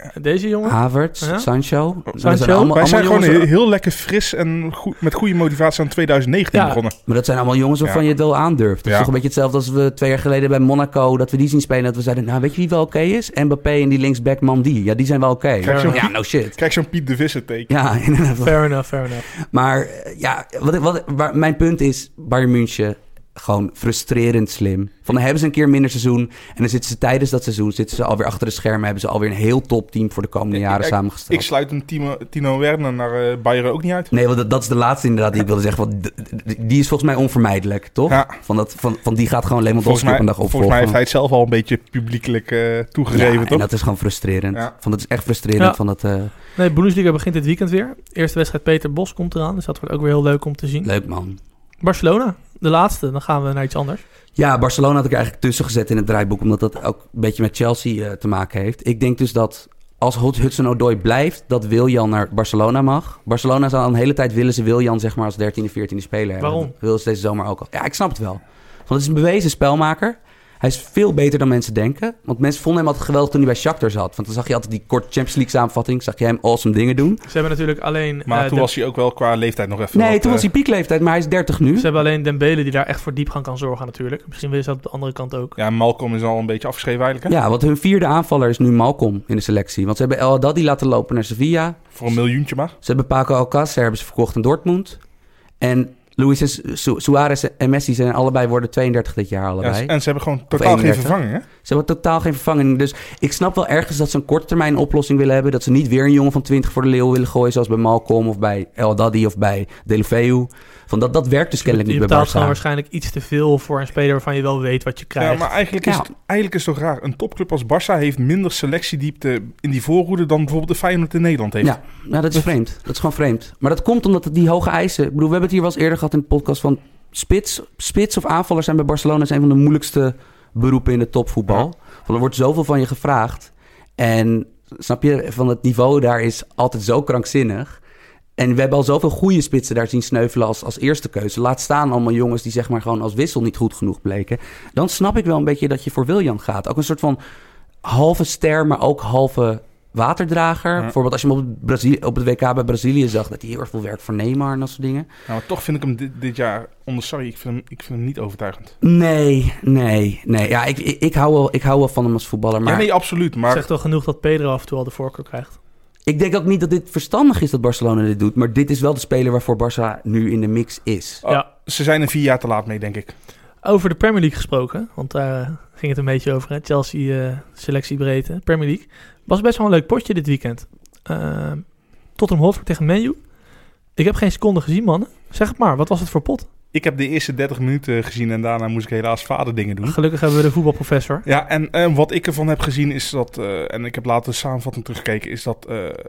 Deze jongen? Havertz, Ja. Sancho. Sancho. Wij zijn gewoon jongens, heel lekker fris en met goede motivatie aan 2019 Ja. begonnen. maar dat zijn allemaal jongens waarvan je het wel aandurft. Dat is Ja. toch een beetje hetzelfde als we 2 jaar geleden bij Monaco, dat we die zien spelen. Dat we zeiden, nou weet je wie wel oké is? Mbappé en die linksback Mandy. Ja, die zijn wel oké. Kijk, zo'n Ja, no shit. Kijk, zo'n Piet de Visser teken. Ja, inderdaad. Fair enough. Maar ja, mijn punt is, Bayern München, gewoon frustrerend slim. Van dan hebben ze een keer een minder seizoen en dan zitten ze tijdens dat seizoen alweer achter de schermen, hebben ze alweer een heel topteam voor de komende jaren samengesteld. Ik sluit een Timo Werner naar Bayern ook niet uit. Nee, want dat is de laatste inderdaad die ik wilde zeggen. Want die is volgens mij onvermijdelijk, toch? Ja. Van die gaat gewoon Lewandowski op een dag opvolgen. Volgens mij heeft hij het zelf al een beetje publiekelijk toegegeven, ja, toch? en dat is gewoon frustrerend. Ja. Dat is echt frustrerend. Ja. Van dat, Nee, Bundesliga begint dit weekend weer. Eerste wedstrijd Peter Bos komt eraan. Dus dat wordt ook weer heel leuk om te zien. leuk man. Barcelona, de laatste. Dan gaan we naar iets anders. Ja, Barcelona had ik eigenlijk tussen gezet in het draaiboek, omdat dat ook een beetje met Chelsea te maken heeft. Ik denk dus dat als Hudson-Odoi blijft, dat Willian naar Barcelona mag. Barcelona zal een hele tijd willen ze Willian zeg maar als 13e, 14e speler hebben. Waarom? Willen ze deze zomer ook al. Ja, ik snap het wel. Want het is een bewezen spelmaker. Hij is veel beter dan mensen denken. Want mensen vonden hem altijd geweldig toen hij bij Shakhtar zat. Want dan zag je altijd die korte Champions League samenvatting. Zag je hem awesome dingen doen. Ze hebben natuurlijk alleen... Maar toen was hij ook wel qua leeftijd nog even... Nee, toen was hij piekleeftijd, maar hij is 30 nu. Ze hebben alleen Dembele die daar echt voor diepgang kan zorgen natuurlijk. Misschien willen ze dat op de andere kant ook. Ja, Malcolm is al een beetje afgeschreven eigenlijk, hè? Ja, want hun 4e aanvaller is nu Malcolm in de selectie. Want ze hebben El Haddadi laten lopen naar Sevilla. Voor $1 miljoentje maar. Ze hebben Paco Alcácer hebben ze verkocht in Dortmund. En Luis Suarez en Messi zijn allebei worden 32 dit jaar allebei. Ja, en ze hebben gewoon totaal geen 31. vervanging, hè? Ze hebben totaal geen vervanging. Dus ik snap wel ergens dat ze een korte termijn oplossing willen hebben. Dat ze niet weer een jongen van 20 voor de leeuw willen gooien. Zoals bij Malcolm of bij El Haddadi of bij Deulofeu. Van dat werkt dus kennelijk Je niet bij betaalt Barça. gewoon waarschijnlijk iets te veel voor een speler waarvan je wel weet wat je krijgt. Ja, maar eigenlijk is, Ja. eigenlijk is het toch raar. Een topclub als Barça heeft minder selectiediepte in die voorhoede dan bijvoorbeeld de Feyenoord in Nederland heeft. Ja, nou, dat is vreemd. Dat is gewoon vreemd. Maar dat komt omdat die hoge eisen... Ik bedoel, we hebben het hier wel eens eerder gehad in de podcast van... Spits of aanvallers zijn bij Barcelona is een van de moeilijkste beroepen in de topvoetbal. Ja. Want er wordt zoveel van je gevraagd. En snap je, van het niveau daar is altijd zo krankzinnig. En we hebben al zoveel goede spitsen daar zien sneuvelen als eerste keuze. Laat staan allemaal jongens die zeg maar gewoon als wissel niet goed genoeg bleken. Dan snap ik wel een beetje dat je voor Willian gaat. Ook een soort van halve ster, maar ook halve waterdrager. Ja. Bijvoorbeeld als je hem op het WK bij Brazilië zag... dat hij heel erg veel werkt voor Neymar en dat soort dingen. Nou, maar toch vind ik hem dit jaar ik vind hem niet overtuigend. Nee. Ja, ik hou wel van hem als voetballer. Maar Ja, nee, absoluut. Maar Zegt wel genoeg dat Pedro af en toe al de voorkeur krijgt. ik denk ook niet dat dit verstandig is dat Barcelona dit doet. Maar dit is wel de speler waarvoor Barça nu in de mix is. Ja. ze zijn er 4 jaar te laat mee, denk ik. Over de Premier League gesproken, want daar ging het een beetje over. Hè? Chelsea selectiebreedte, Premier League. Was best wel een leuk potje dit weekend. Tottenham Hotspur tegen Man U. Ik heb geen seconde gezien, mannen. Zeg het maar, wat was het voor pot? Ik heb de eerste 30 minuten gezien en daarna moest ik helaas vaderdingen doen. Gelukkig hebben we de voetbalprofessor. Ja, en wat ik ervan heb gezien is dat... en ik heb later de samenvatting teruggekeken... is dat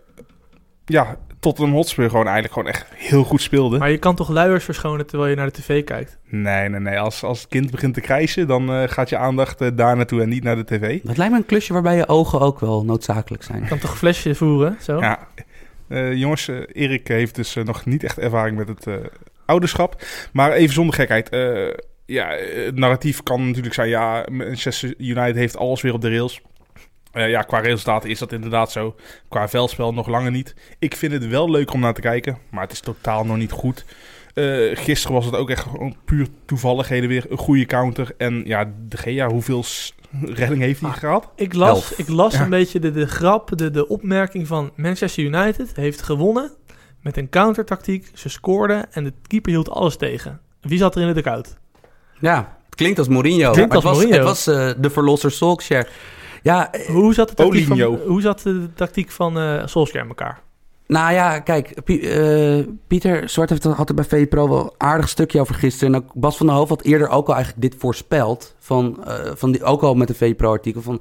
Tottenham Hotspur gewoon echt heel goed speelde. Maar je kan toch luiers verschonen terwijl je naar de tv kijkt? Nee. Als het kind begint te krijsen... dan gaat je aandacht daar naartoe en niet naar de tv. Dat lijkt me een klusje waarbij je ogen ook wel noodzakelijk zijn. Je kan toch een flesje voeren, zo? Ja, jongens, Erik heeft dus nog niet echt ervaring met het ouderschap. Maar even zonder gekheid. Het narratief kan natuurlijk zijn... ja, Manchester United heeft alles weer op de rails. Qua resultaten is dat inderdaad zo. Qua veldspel nog langer niet. Ik vind het wel leuk om naar te kijken, maar het is totaal nog niet goed. Gisteren was het ook echt gewoon puur toevalligheden weer. Een goede counter. En ja, De Gea, hoeveel redding heeft hij gehad? Ik las een beetje de grap, de opmerking van Manchester United heeft gewonnen met een countertactiek. Ze scoorden en de keeper hield alles tegen. Wie zat er in de dugout? Ja, het klinkt als Mourinho. Het was de verlosser Solskjaer. Ja, Hoe zat de tactiek van Solskjaer in elkaar? nou ja, kijk, Pieter Zwart had er bij VPRO wel een aardig stukje over gisteren. En ook Bas van der Hoofd had eerder ook al eigenlijk dit voorspeld. Ook al met een VPRO-artikel. Van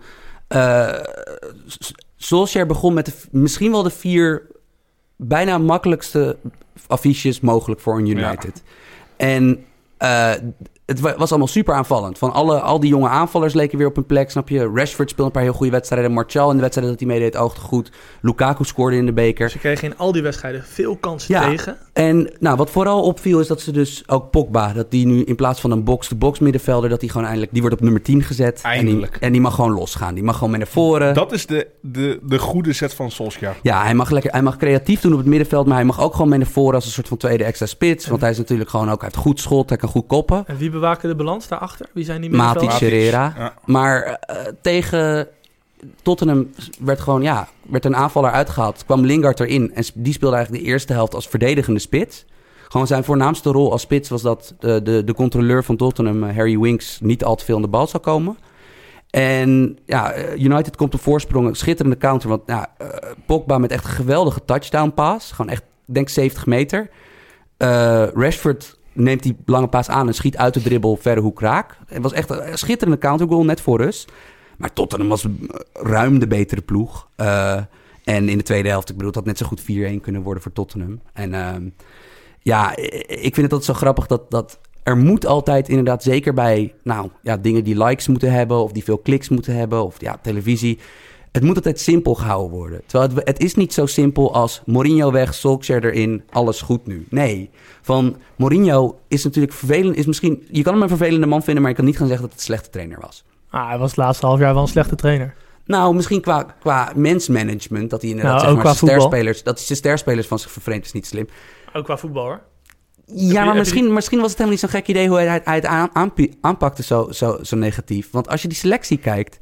Solskjaer begon met misschien wel de 4 bijna makkelijkste affiches mogelijk voor een United. Ja. En het was allemaal super aanvallend. Van al die jonge aanvallers leken weer op hun plek, snap je? Rashford speelde een paar heel goede wedstrijden. Martial in de wedstrijden dat hij meedeed oogde goed. Lukaku scoorde in de beker. Ze kregen in al die wedstrijden veel kansen tegen. En wat vooral opviel is dat ze dus ook Pogba, dat die nu in plaats van een box-to-box middenvelder, dat die gewoon eindelijk, die wordt op nummer 10 gezet. Eindelijk. En die mag gewoon losgaan. Die mag gewoon mee naar voren. Dat is de goede zet van Solskjaer. Ja, hij mag creatief doen op het middenveld, maar hij mag ook gewoon mee naar voren als een soort van tweede extra spits. Want hij is natuurlijk gewoon ook, hij heeft goed schot, hij kan goed koppen. En wie bewaken de balans daarachter? Wie zijn die middenvelders? Matic, Herrera. Ja. Maar tegen Tottenham werd een aanvaller uitgehaald. Kwam Lingard erin en die speelde eigenlijk de eerste helft als verdedigende spits. Gewoon zijn voornaamste rol als spits was dat de controleur van Tottenham, Harry Winks, niet al te veel aan de bal zou komen. En United komt op voorsprong, een schitterende counter. Want Pogba met echt een geweldige touchdown pass. Gewoon echt, denk 70 meter. Rashford neemt die lange paas aan en schiet uit de dribbel verre hoek raak. Het was echt een schitterende countergoal, net voor rust. Maar Tottenham was ruim de betere ploeg. En in de tweede helft, ik bedoel, het had net zo goed 4-1 kunnen worden voor Tottenham. En ik vind het altijd zo grappig dat er moet altijd inderdaad, zeker bij dingen die likes moeten hebben of die veel kliks moeten hebben of televisie, het moet altijd simpel gehouden worden. Terwijl het is niet zo simpel als Mourinho weg, Solskjaer erin, alles goed nu. Nee, van Mourinho is natuurlijk vervelend, is misschien, je kan hem een vervelende man vinden, maar je kan niet gaan zeggen dat het een slechte trainer was. Hij was het laatste half jaar wel een slechte trainer. Nou, misschien qua mensmanagement, dat hij inderdaad dat hij zijn sterspelers van zich vervreemd is niet slim. Ook qua voetbal, hoor. Ja, maar misschien was het helemaal niet zo'n gek idee hoe hij het aanpakte zo negatief. Want als je die selectie kijkt,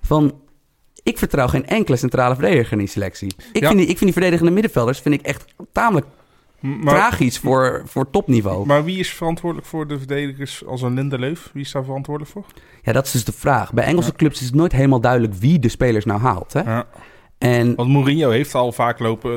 ik vertrouw geen enkele centrale verdediger in die selectie. Ik vind die verdedigende middenvelders echt tamelijk tragisch voor topniveau. Maar wie is verantwoordelijk voor de verdedigers als een Lindelöf? Wie is daar verantwoordelijk voor? Ja, dat is dus de vraag. Bij Engelse clubs is het nooit helemaal duidelijk wie de spelers nou haalt. Hè? Ja. Want Mourinho heeft al vaak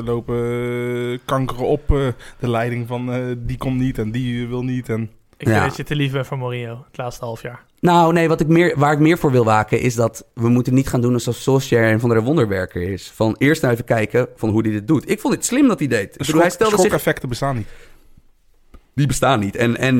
lopen kankeren op de leiding van die komt niet en die wil niet. En... Ik vind dat je te lief bent voor Mourinho het laatste half jaar. Nou, nee, waar ik meer voor wil waken is dat we moeten niet gaan doen alsof Solskjaer een van de wonderwerker is. Van eerst nou even kijken van hoe hij dit doet. Ik vond het slim dat hij deed. Schok-effecten bestaan niet. Die bestaan niet.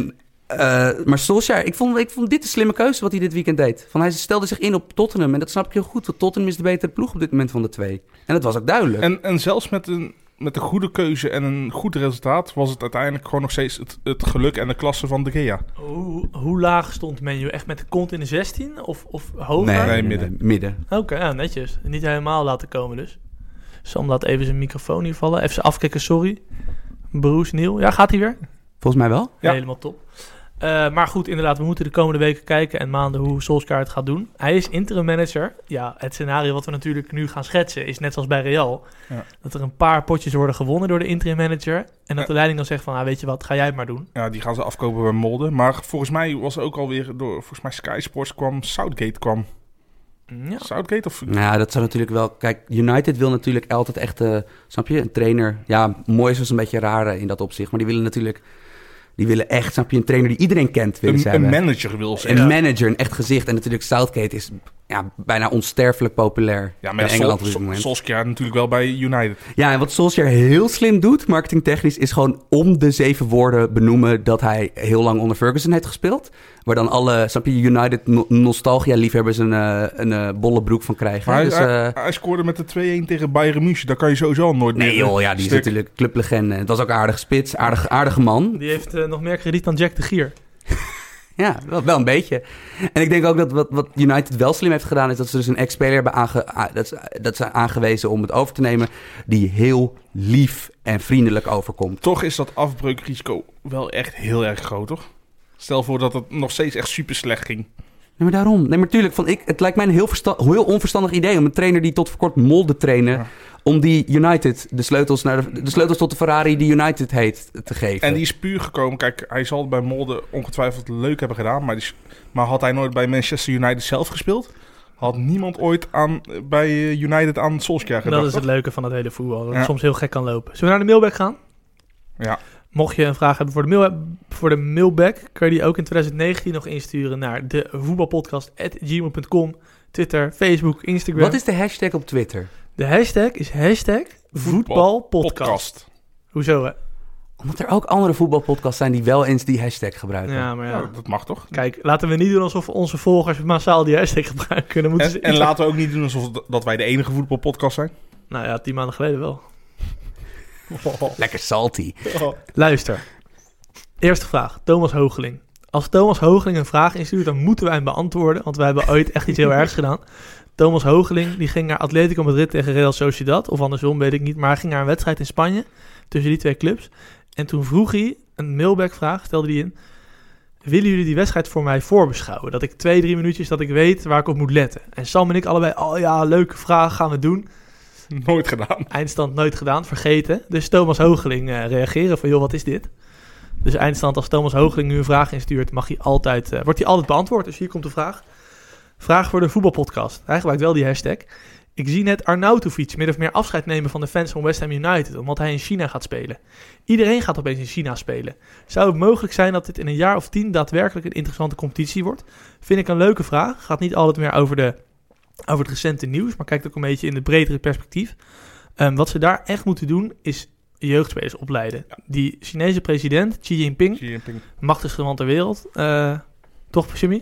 Maar Solskjaer, ik vond dit een slimme keuze wat hij dit weekend deed. Hij stelde zich in op Tottenham en dat snap ik heel goed. Want Tottenham is de betere ploeg op dit moment van de twee. En dat was ook duidelijk. En zelfs met een goede keuze en een goed resultaat was het uiteindelijk gewoon nog steeds het geluk en de klasse van De Gea. Hoe laag stond Man U? Echt met de kont in de 16 of hoger? Nee, midden. Oké, netjes. Niet helemaal laten komen dus. Sam laat even zijn microfoon hier vallen. Even afkikken, sorry. Bruce, Neil. Ja, gaat hij weer? Volgens mij wel. Ja. Helemaal top. Maar goed, inderdaad, we moeten de komende weken kijken en maanden hoe Solskjaer het gaat doen. Hij is interim manager. Ja, het scenario wat we natuurlijk nu gaan schetsen is net zoals bij Real. Ja. Dat er een paar potjes worden gewonnen door de interim manager. En dat de leiding dan zegt van, weet je wat, ga jij het maar doen. Ja, die gaan ze afkopen bij Molde. Maar volgens mij was er ook alweer volgens mij Sky Sports Southgate kwam. Ja. Southgate of... Ja, dat zou natuurlijk wel... Kijk, United wil natuurlijk altijd echt, snap je, een trainer. Ja, Moyes was een beetje raar in dat opzicht, maar die willen echt, snap je, een trainer die iedereen kent. Een manager wil ze. Een manager, een echt gezicht. En natuurlijk Southgate is bijna onsterfelijk populair in Engeland op dit moment. Solskjaer natuurlijk wel bij United. Ja, en wat Solskjaer heel slim doet, marketingtechnisch, is gewoon om de 7 woorden benoemen dat hij heel lang onder Ferguson heeft gespeeld. Waar dan alle, snap je, United nostalgia-liefhebbers een bolle broek van krijgen. Maar hij scoorde met de 2-1 tegen Bayern München. Daar kan je sowieso nooit meer... Nee joh, ja, die is natuurlijk clublegende. Het was ook een aardige spits, aardige man. Die heeft nog meer krediet dan Jack de Gier. Ja, wel een beetje. En ik denk ook dat wat United wel slim heeft gedaan, is dat ze dus een ex-speler hebben dat ze aangewezen om het over te nemen, die heel lief en vriendelijk overkomt. Toch is dat afbreukrisico wel echt heel erg groot, toch? Stel voor dat het nog steeds echt super slecht ging. Nee, maar daarom. Nee, maar tuurlijk, het lijkt mij een heel onverstandig idee om een trainer die tot voor kort Molde trainen, om die United de sleutels tot de Ferrari die United heet te geven. En die is puur gekomen. Kijk, hij zal het bij Molde ongetwijfeld leuk hebben gedaan, maar had hij nooit bij Manchester United zelf gespeeld? Had niemand ooit bij United aan Solskjaer gedacht? Dat is het leuke van het hele voetbal. Dat het soms heel gek kan lopen. Zullen we naar de mailbag gaan? Ja. Mocht je een vraag hebben voor de mailbag, kun je die ook in 2019 nog insturen naar de voetbalpodcast@gmail.com, Twitter, Facebook, Instagram. Wat is de hashtag op Twitter? De hashtag is #voetbalpodcast. Hoezo hè? Omdat er ook andere voetbalpodcasts zijn die wel eens die hashtag gebruiken. Ja, maar ja. Nou, dat mag toch? Kijk, laten we niet doen alsof onze volgers massaal die hashtag gebruiken. Dan moeten ze En laten we ook niet doen alsof dat wij de enige voetbalpodcast zijn. Nou ja, 10 maanden geleden wel. Lekker salty. Luister. Eerste vraag. Thomas Hoogeling. Als Thomas Hoogeling een vraag instuurt, dan moeten wij hem beantwoorden. Want wij hebben ooit echt iets heel ergs gedaan. Thomas Hoogeling die ging naar Atletico Madrid tegen Real Sociedad. Of andersom, weet ik niet. Maar hij ging naar een wedstrijd in Spanje. Tussen die 2 clubs. En toen vroeg hij, een mailback-vraag stelde hij in. Willen jullie die wedstrijd voor mij voorbeschouwen? Dat ik 2-3 minuutjes dat ik weet waar ik op moet letten. En Sam en ik allebei, oh ja, leuke vraag, gaan we doen. Nooit gedaan. Eindstand nooit gedaan, vergeten. Dus Thomas Hoogeling reageren van, joh, wat is dit? Dus eindstand, als Thomas Hoogeling nu een vraag instuurt, wordt hij altijd beantwoord. Dus hier komt de vraag. Vraag voor de voetbalpodcast. Hij gebruikt wel die hashtag. Ik zie net Arnautovic min of meer afscheid nemen van de fans van West Ham United, omdat hij in China gaat spelen. Iedereen gaat opeens in China spelen. Zou het mogelijk zijn dat dit in een jaar of 10 daadwerkelijk een interessante competitie wordt? Vind ik een leuke vraag. Gaat niet altijd meer over het recente nieuws, maar kijkt ook een beetje in het bredere perspectief. Wat ze daar echt moeten doen, is jeugdspelers opleiden. Ja. Die Chinese president, Xi Jinping. Machtigste man ter wereld. Toch, Jimmy?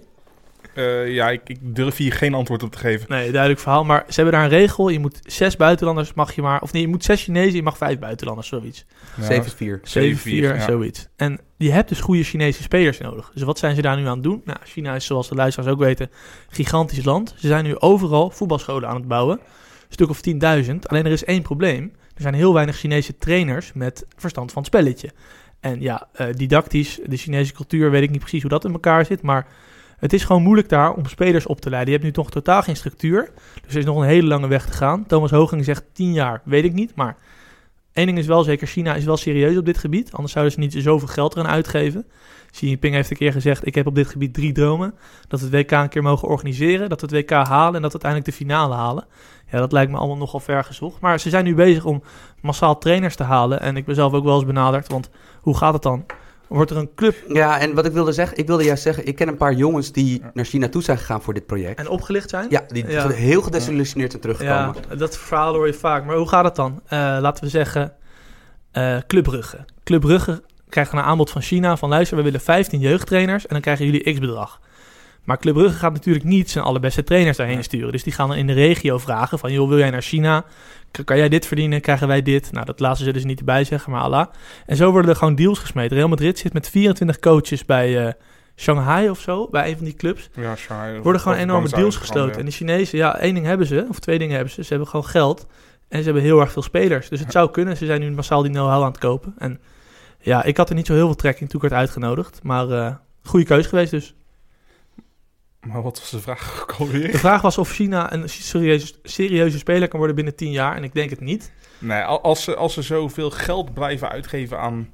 Ik durf hier geen antwoord op te geven. Nee, duidelijk verhaal. Maar ze hebben daar een regel. Je moet 6 buitenlanders mag je maar... Of nee, je moet 6 Chinezen, je mag 5 buitenlanders, zoiets. Ja. 7-4, zoiets. En je hebt dus goede Chinese spelers nodig. Dus wat zijn ze daar nu aan het doen? Nou, China is, zoals de luisteraars ook weten, een gigantisch land. Ze zijn nu overal voetbalscholen aan het bouwen. Een stuk of 10.000. Alleen er is één probleem. Er zijn heel weinig Chinese trainers met verstand van het spelletje. En ja, didactisch, de Chinese cultuur, weet ik niet precies hoe dat in elkaar zit, maar het is gewoon moeilijk daar om spelers op te leiden. Je hebt nu toch totaal geen structuur, dus er is nog een hele lange weg te gaan. Thomas Hoogeling zegt 10 jaar, weet ik niet, maar één ding is wel zeker, China is wel serieus op dit gebied, anders zouden ze niet zoveel geld eraan uitgeven. Xi Jinping heeft een keer gezegd, ik heb op dit gebied 3 dromen. Dat we het WK een keer mogen organiseren, dat we het WK halen en dat we uiteindelijk de finale halen. Ja, dat lijkt me allemaal nogal ver gezocht. Maar ze zijn nu bezig om massaal trainers te halen. En ik ben zelf ook wel eens benaderd, want hoe gaat het dan? Wordt er een club... Ja, en wat ik wilde juist zeggen, ik ken een paar jongens die naar China toe zijn gegaan voor dit project. En opgelicht zijn? Ja, die heel gedesillusioneerd zijn teruggekomen. Ja, dat verhaal hoor je vaak. Maar hoe gaat het dan? Laten we zeggen, Club Brugge. Club Brugge krijgt een aanbod van China van luister, we willen 15 jeugdtrainers en dan krijgen jullie x bedrag. Maar Club Brugge gaat natuurlijk niet zijn allerbeste trainers daarheen sturen. Dus die gaan dan in de regio vragen van, joh, wil jij naar China? Kan jij dit verdienen? Krijgen wij dit? Nou, dat laten ze dus niet erbij zeggen, maar Allah. En zo worden er gewoon deals gesmeten. Real Madrid zit met 24 coaches bij Shanghai of zo, bij een van die clubs. Ja, Shanghai. Worden gewoon enorme deals gesloten. En de Chinezen, ja, 1 ding hebben ze, of 2 dingen hebben ze. Ze hebben gewoon geld en ze hebben heel erg veel spelers. Dus het zou kunnen. Ze zijn nu massaal die know-how aan het kopen. En ja, ik had er niet zo heel veel trek in toen ik werd uitgenodigd. Maar goede keus geweest dus. Maar wat was de vraag ook alweer? De vraag was of China een serieuze speler kan worden binnen 10 jaar. En ik denk het niet. Nee, als ze zoveel geld blijven uitgeven aan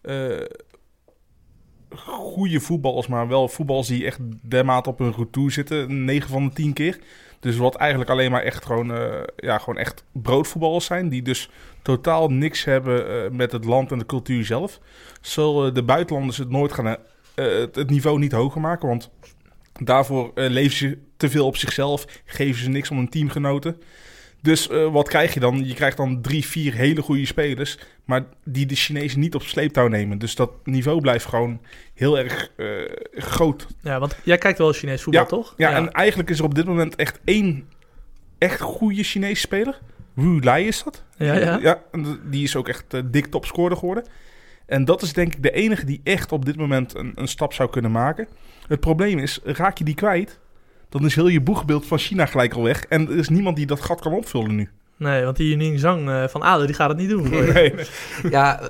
goede voetballers, maar wel voetballers die echt dermate op hun retour zitten, 9 van de 10 keer. Dus wat eigenlijk alleen maar echt gewoon echt broodvoetballers zijn, die dus totaal niks hebben met het land en de cultuur zelf. Zullen de buitenlanders het nooit gaan het niveau niet hoger maken, want daarvoor leven ze te veel op zichzelf, geven ze niks om hun teamgenoten. Dus wat krijg je dan? Je krijgt dan 3-4 hele goede spelers, maar die de Chinezen niet op sleeptouw nemen. Dus dat niveau blijft gewoon heel erg groot. Ja, want jij kijkt wel Chinees voetbal, toch? Ja, en eigenlijk is er op dit moment echt 1 echt goede Chinese speler. Wu Lai is dat. Ja, die is ook echt dik topscorer geworden. En dat is denk ik de enige die echt op dit moment een stap zou kunnen maken. Het probleem is, raak je die kwijt, dan is heel je boegbeeld van China gelijk al weg. En er is niemand die dat gat kan opvullen nu. Nee, want die Yuning Zhang van ADO, die gaat het niet doen. Nee. Ja,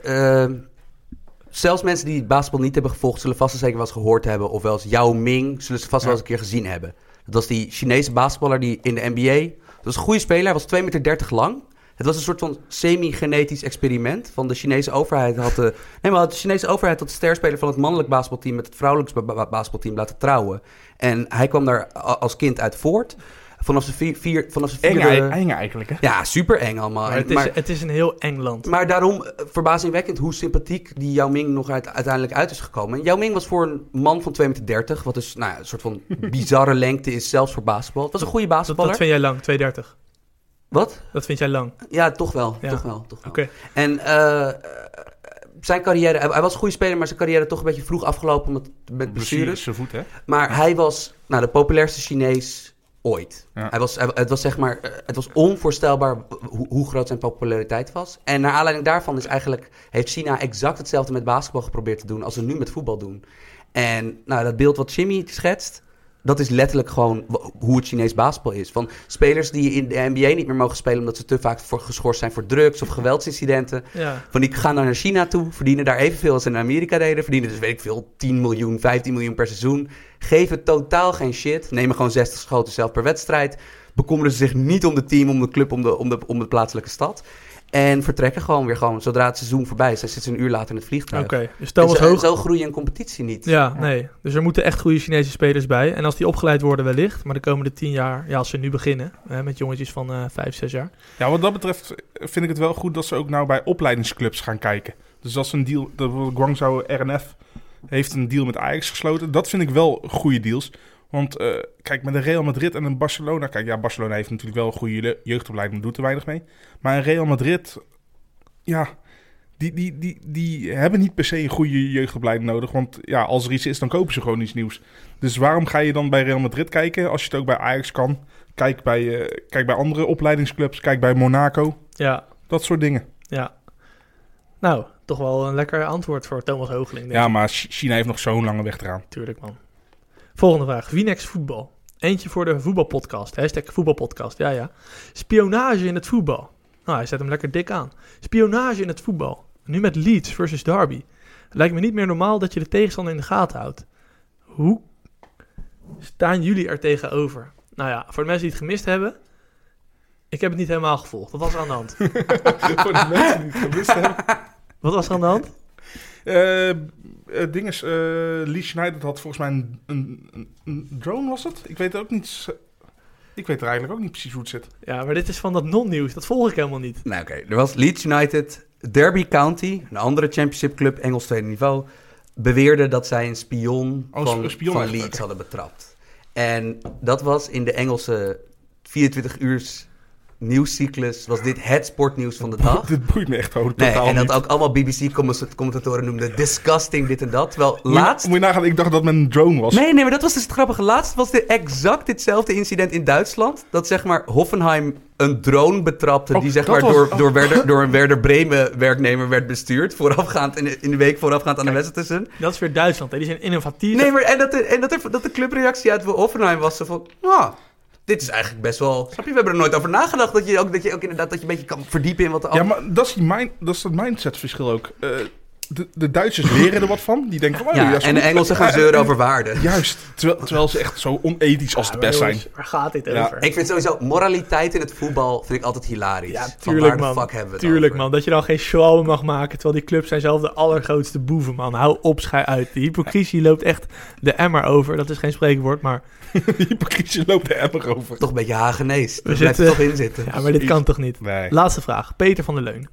zelfs mensen die basketbal niet hebben gevolgd, zullen vast en zeker wel eens gehoord hebben. Of wel eens Yao Ming, zullen ze vast wel eens een keer gezien hebben. Dat was die Chinese basketballer die in de NBA... Dat was een goede speler, hij was 2,30 meter lang. Het was een soort van semi-genetisch experiment van de Chinese overheid. De Chinese overheid had de sterspeler van het mannelijk basketbalteam met het vrouwelijk basketbalteam laten trouwen. En hij kwam daar als kind uit voort. Vanaf zijn vierde... Eng eigenlijk, hè? Ja, super eng allemaal. Maar het is een heel eng land. Maar daarom verbazingwekkend hoe sympathiek die Yao Ming nog uiteindelijk uit is gekomen. En Yao Ming was voor een man van 2,30 meter, wat dus een soort van bizarre lengte is, zelfs voor basketbal. Het was een goede basketballer. Dat vind jij lang, 2,30? Wat? Dat vind jij lang? Ja, toch wel. Ja. Toch wel. Okay. En zijn carrière... Hij was een goede speler, maar zijn carrière toch een beetje vroeg afgelopen met blessures. Zijn voet, hè? Maar hij was de populairste Chinees ooit. Ja. Het was onvoorstelbaar hoe groot zijn populariteit was. En naar aanleiding daarvan heeft China exact hetzelfde met basketbal geprobeerd te doen als ze nu met voetbal doen. En dat beeld wat Jimmy schetst, dat is letterlijk gewoon hoe het Chinees basketbal is. Van spelers die in de NBA niet meer mogen spelen omdat ze te vaak geschorst zijn voor drugs of geweldsincidenten. Ja. Van die gaan dan naar China toe, verdienen daar evenveel als ze in Amerika deden. Verdienen dus, weet ik veel, 10 miljoen, 15 miljoen per seizoen. Geven totaal geen shit. Nemen gewoon 60 schoten zelf per wedstrijd. Bekommeren ze zich niet om de team, om de club, om de plaatselijke stad. En vertrekken gewoon zodra het seizoen voorbij is. Hij zit een uur later in het vliegtuig. Oké, dus Thomas zo groeien een competitie niet. Ja, nee. Dus er moeten echt goede Chinese spelers bij. En als die opgeleid worden wellicht, maar de komende 10 jaar, als ze nu beginnen, met jongetjes van 5, 6 jaar. Ja, wat dat betreft vind ik het wel goed dat ze ook nou bij opleidingsclubs gaan kijken. Dus als een deal, de Guangzhou RNF heeft een deal met Ajax gesloten. Dat vind ik wel goede deals. Want kijk, met een Real Madrid en een Barcelona... Kijk, ja, Barcelona heeft natuurlijk wel een goede jeugdopleiding, maar doet er weinig mee. Maar een Real Madrid, ja, die hebben niet per se een goede jeugdopleiding nodig. Want ja, als er iets is, dan kopen ze gewoon iets nieuws. Dus waarom ga je dan bij Real Madrid kijken als je het ook bij Ajax kan? Kijk bij andere opleidingsclubs, kijk bij Monaco. Ja. Dat soort dingen. Ja. Nou, toch wel een lekker antwoord voor Thomas Hoogeling. Ja, maar China heeft nog zo'n lange weg eraan. Tuurlijk, man. Volgende vraag. Vinex voetbal. Eentje voor de voetbalpodcast. #voetbalpodcast. Ja. Spionage in het voetbal. Nou, hij zet hem lekker dik aan. Spionage in het voetbal. Nu met Leeds versus Derby. Het lijkt me niet meer normaal dat je de tegenstander in de gaten houdt. Hoe staan jullie er tegenover? Nou ja, voor de mensen die het gemist hebben. Ik heb het niet helemaal gevolgd. Wat was er aan de hand? Voor de mensen die het gemist hebben. Wat was er aan de hand? Leeds United had volgens mij een drone, was het? Ik weet het ook niet. Ik weet er eigenlijk ook niet precies hoe het zit. Ja, maar dit is van dat non-nieuws. Dat volg ik helemaal niet. Nou, oké. Er was Leeds United, Derby County, een andere championship club, Engels tweede niveau, beweerde dat zij een spion van Leeds hadden betrapt. En dat was in de Engelse 24 uur nieuwscyclus, was dit het sportnieuws van de dag. Dit boeit me echt totaal en dat niet. ook allemaal BBC-commentatoren noemden disgusting, dit en dat. Terwijl laatst... Moet je nagaan, ik dacht dat het met een drone was. Nee, maar dat was dus het grappige. Laatst was dit exact ditzelfde incident in Duitsland. Dat zeg maar Hoffenheim een drone betrapte die zeg maar door een Werder Bremen werknemer werd bestuurd. Voorafgaand in de week voorafgaand aan de wedstrijd tussen. Dat is weer Duitsland, hè? Die zijn innovatief. Nee, maar dat de clubreactie uit Hoffenheim was van... dit is eigenlijk best wel... Snap je, we hebben er nooit over nagedacht dat je ook inderdaad dat je een beetje kan verdiepen in wat er... Ja, maar dat is het mindsetverschil ook. De Duitsers leren er wat van. Die denken van... en de Engelsen gaan zeuren over waarde. Juist. Terwijl ze echt zo onethisch als het best zijn. Waar gaat dit over? Ik vind sowieso moraliteit in het voetbal vind ik altijd hilarisch. Ja, tuurlijk, man. Fuck hebben we het tuurlijk, over? man. Dat je dan geen show mag maken, terwijl die clubs zijn zelf de allergrootste boeven, man. Hou op, schei uit. De hypocrisie loopt echt de emmer over. Dat is geen spreekwoord, maar... De hypocrisie loopt de emmer over. Toch een beetje Hagenees. Daar blijft er toch in zitten. Ja, maar dit kan toch niet? Nee. Laatste vraag. Peter van der Leun.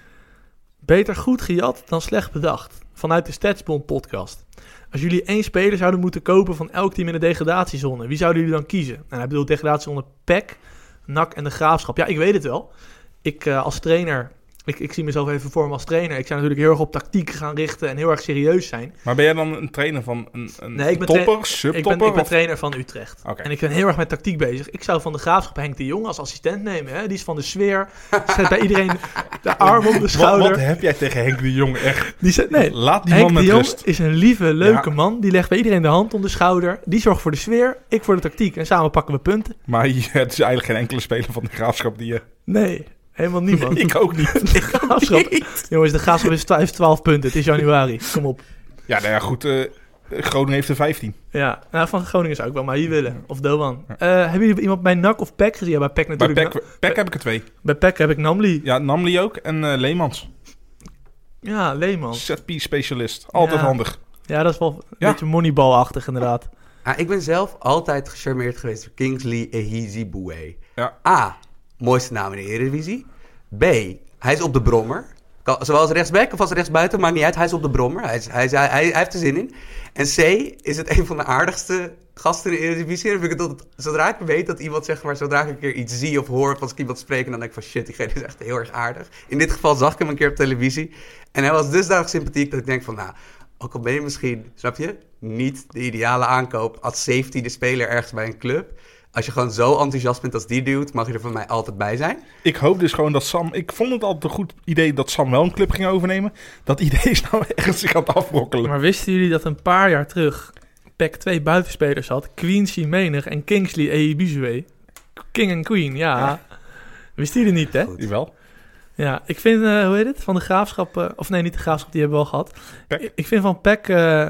Beter goed gejat dan slecht bedacht. Vanuit de Statsbond podcast. Als jullie 1 speler zouden moeten kopen van elk team in de degradatiezone, wie zouden jullie dan kiezen? En hij bedoelt degradatiezone PEC, NAC en de Graafschap. Ja, ik weet het wel. Ik als trainer... Ik zie mezelf even voor me als trainer. Ik zou natuurlijk heel erg op tactiek gaan richten en heel erg serieus zijn. Maar ben jij dan een trainer van een topper, subtopper? Ik ben trainer van Utrecht. Okay. En ik ben heel erg met tactiek bezig. Ik zou van de Graafschap Henk de Jong als assistent nemen. Hè? Die is van de sfeer. Zet bij iedereen de arm om de schouder. Wat heb jij tegen Henk de Jong echt? Laat die Henk man met de Jong rust. Is een lieve, leuke man. Die legt bij iedereen de hand om de schouder. Die zorgt voor de sfeer. Ik voor de tactiek. En samen pakken we punten. Maar het is eigenlijk geen enkele speler van de Graafschap die je... Nee. Helemaal niemand. Ik ook niet. De Graafschap. Jongens, de Graafschap heeft 12 punten. Het is januari. Kom op. Ja, nou ja, goed. Groningen heeft er 15. Ja, nou, van Groningen zou ik wel maar hier willen. Of Doan. Hebben jullie iemand bij NAC of PEC gezien? Ja, bij PEC natuurlijk. Bij PEC heb ik er 2. Bij PEC heb ik Namli. Ja, Namli ook. En Leemans. Ja, Leemans. ZP specialist. Altijd handig. Ja, dat is wel een beetje moneyball-achtig inderdaad. Ik ben zelf altijd gecharmeerd geweest door Kingsley Ehizibue. Ja. A, mooiste naam in de Eredivisie. B, hij is op de brommer. Zowel als rechtsback of als rechtsbuiten, maakt niet uit. Hij is op de brommer. Hij heeft er zin in. En C, is het een van de aardigste gasten in de Eredivisie. Dan vind ik het zodra ik weet dat iemand, zeg maar, zodra ik een keer iets zie of hoor, of als ik iemand spreek, dan denk ik van shit, diegene is echt heel erg aardig. In dit geval zag ik hem een keer op televisie. En hij was dusdanig sympathiek dat ik denk van, nou, ook al ben je misschien, snap je, niet de ideale aankoop als 17e speler ergens bij een club. Als je gewoon zo enthousiast bent als die dude, mag je er van mij altijd bij zijn. Ik hoop dus gewoon dat Sam... Ik vond het altijd een goed idee dat Sam wel een club ging overnemen. Dat idee is nou ergens zich aan het afbrokkelen. Maar wisten jullie dat een paar jaar terug PEC 2 buitenspelers had? Quincy Menig en Kingsley Eyebizue. King en Queen, ja. Wisten jullie niet, hè? Jawel. Ja, ik vind, hoe heet het? Van de Graafschap... of nee, niet de Graafschap, die hebben we al gehad. PEC. Ik vind van PEC...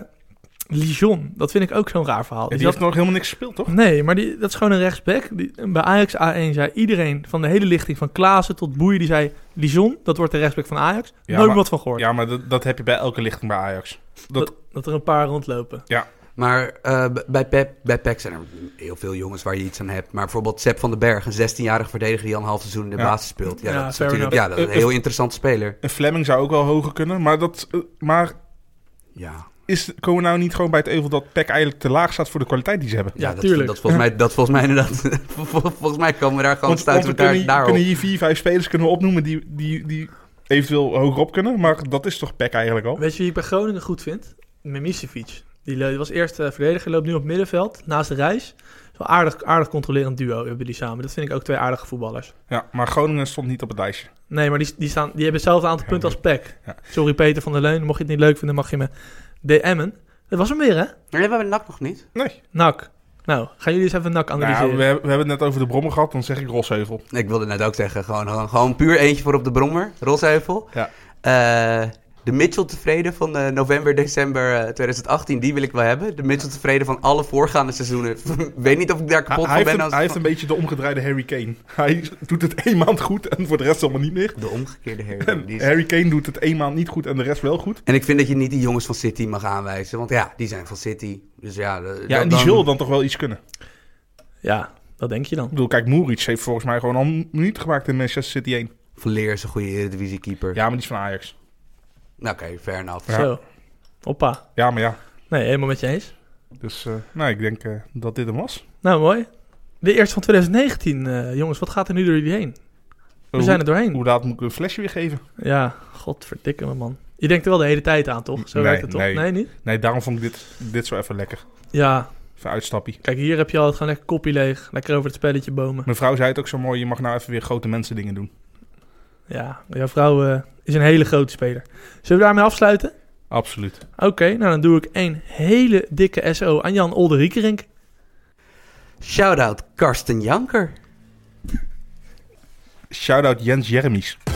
Lijon, dat vind ik ook zo'n raar verhaal. Ja, die heeft nog helemaal niks gespeeld, toch? Nee, maar dat is gewoon een rechtsback. Bij Ajax A1 zei iedereen van de hele lichting, van Klaassen tot Boeien, die zei Lijon, dat wordt de rechtsback van Ajax. Ja, Nooit maar, wat van gehoord. Ja, maar dat heb je bij elke lichting bij Ajax. Dat er een paar rondlopen. Ja. Maar bij PEC zijn er heel veel jongens waar je iets aan hebt. Maar bijvoorbeeld Sepp van den Berg, een 16-jarige verdediger die al een half seizoen in de basis speelt. Ja, dat is natuurlijk dat is een heel interessante speler. Een Fleming zou ook wel hoger kunnen, maar Ja. Komen we nou niet gewoon bij het euvel dat PEC eigenlijk te laag staat voor de kwaliteit die ze hebben? Ja, tuurlijk. Dat volgens mij inderdaad. Volgens mij komen we daar gewoon stuiten elkaar daarop. We kunnen hier 4-5 spelers kunnen we opnoemen die eventueel hogerop kunnen. Maar dat is toch PEC eigenlijk al? Weet je wie ik bij Groningen goed vind? Mimicevic. Die was eerst verdediger, loopt nu op middenveld, naast de Reis. Zo'n aardig controlerend duo hebben die samen. Dat vind ik ook twee aardige voetballers. Ja, maar Groningen stond niet op het lijstje. Nee, maar die hebben hetzelfde aantal punten als PEC. Ja. Sorry Peter van der Leun, mocht je het niet leuk vinden, mag je me DM'en. Dat was hem weer, hè? Maar we hebben NAC nog niet. Nee. NAC. Nou, gaan jullie eens even NAC analyseren? Nou, we hebben het net over de Brommer gehad, dan zeg ik Rosheuvel. Ik wilde net ook zeggen, gewoon puur eentje voor op de Brommer, Rosheuvel. Ja. De Mitchell tevreden van november, december 2018, die wil ik wel hebben. De Mitchell tevreden van alle voorgaande seizoenen. Weet niet of ik daar kapot van ben. Hij heeft een beetje de omgedraaide Harry Kane. Hij doet het 1 maand goed en voor de rest allemaal niet meer. De omgekeerde Harry Kane. Harry Kane doet het 1 maand niet goed en de rest wel goed. En ik vind dat je niet die jongens van City mag aanwijzen. Want ja, die zijn van City. Dus ja, en die zullen dan toch wel iets kunnen. Ja, dat denk je dan. Ik bedoel, kijk, Muric heeft volgens mij gewoon al een minuut gemaakt in Manchester City 1. Verleer is een goede Eredivisie-keeper. Ja, maar die is van Ajax. Oké, fair enough. Ja. Zo. Hoppa. Ja, maar ja. Nee, helemaal met je eens. Dus ik denk dat dit hem was. Nou, mooi. De eerste van 2019, jongens. Wat gaat er nu door jullie heen? We zijn er doorheen. Hoe laat moet ik een flesje weer geven? Ja, godverdikke me, man. Je denkt er wel de hele tijd aan, toch? Zo werkt het toch? Nee, niet? Nee, daarom vond ik dit zo even lekker. Ja. Even uitstappie. Kijk, hier heb je altijd gewoon lekker koppie leeg. Lekker over het spelletje bomen. Mijn vrouw zei het ook zo mooi. Je mag nou even weer grote mensen dingen doen. Ja, jouw vrouw is een hele grote speler. Zullen we daarmee afsluiten? Absoluut. Oké, nou dan doe ik een hele dikke SO aan Jan Olderiekerink. Shout-out Karsten Janker. Shout-out Jens Jermies.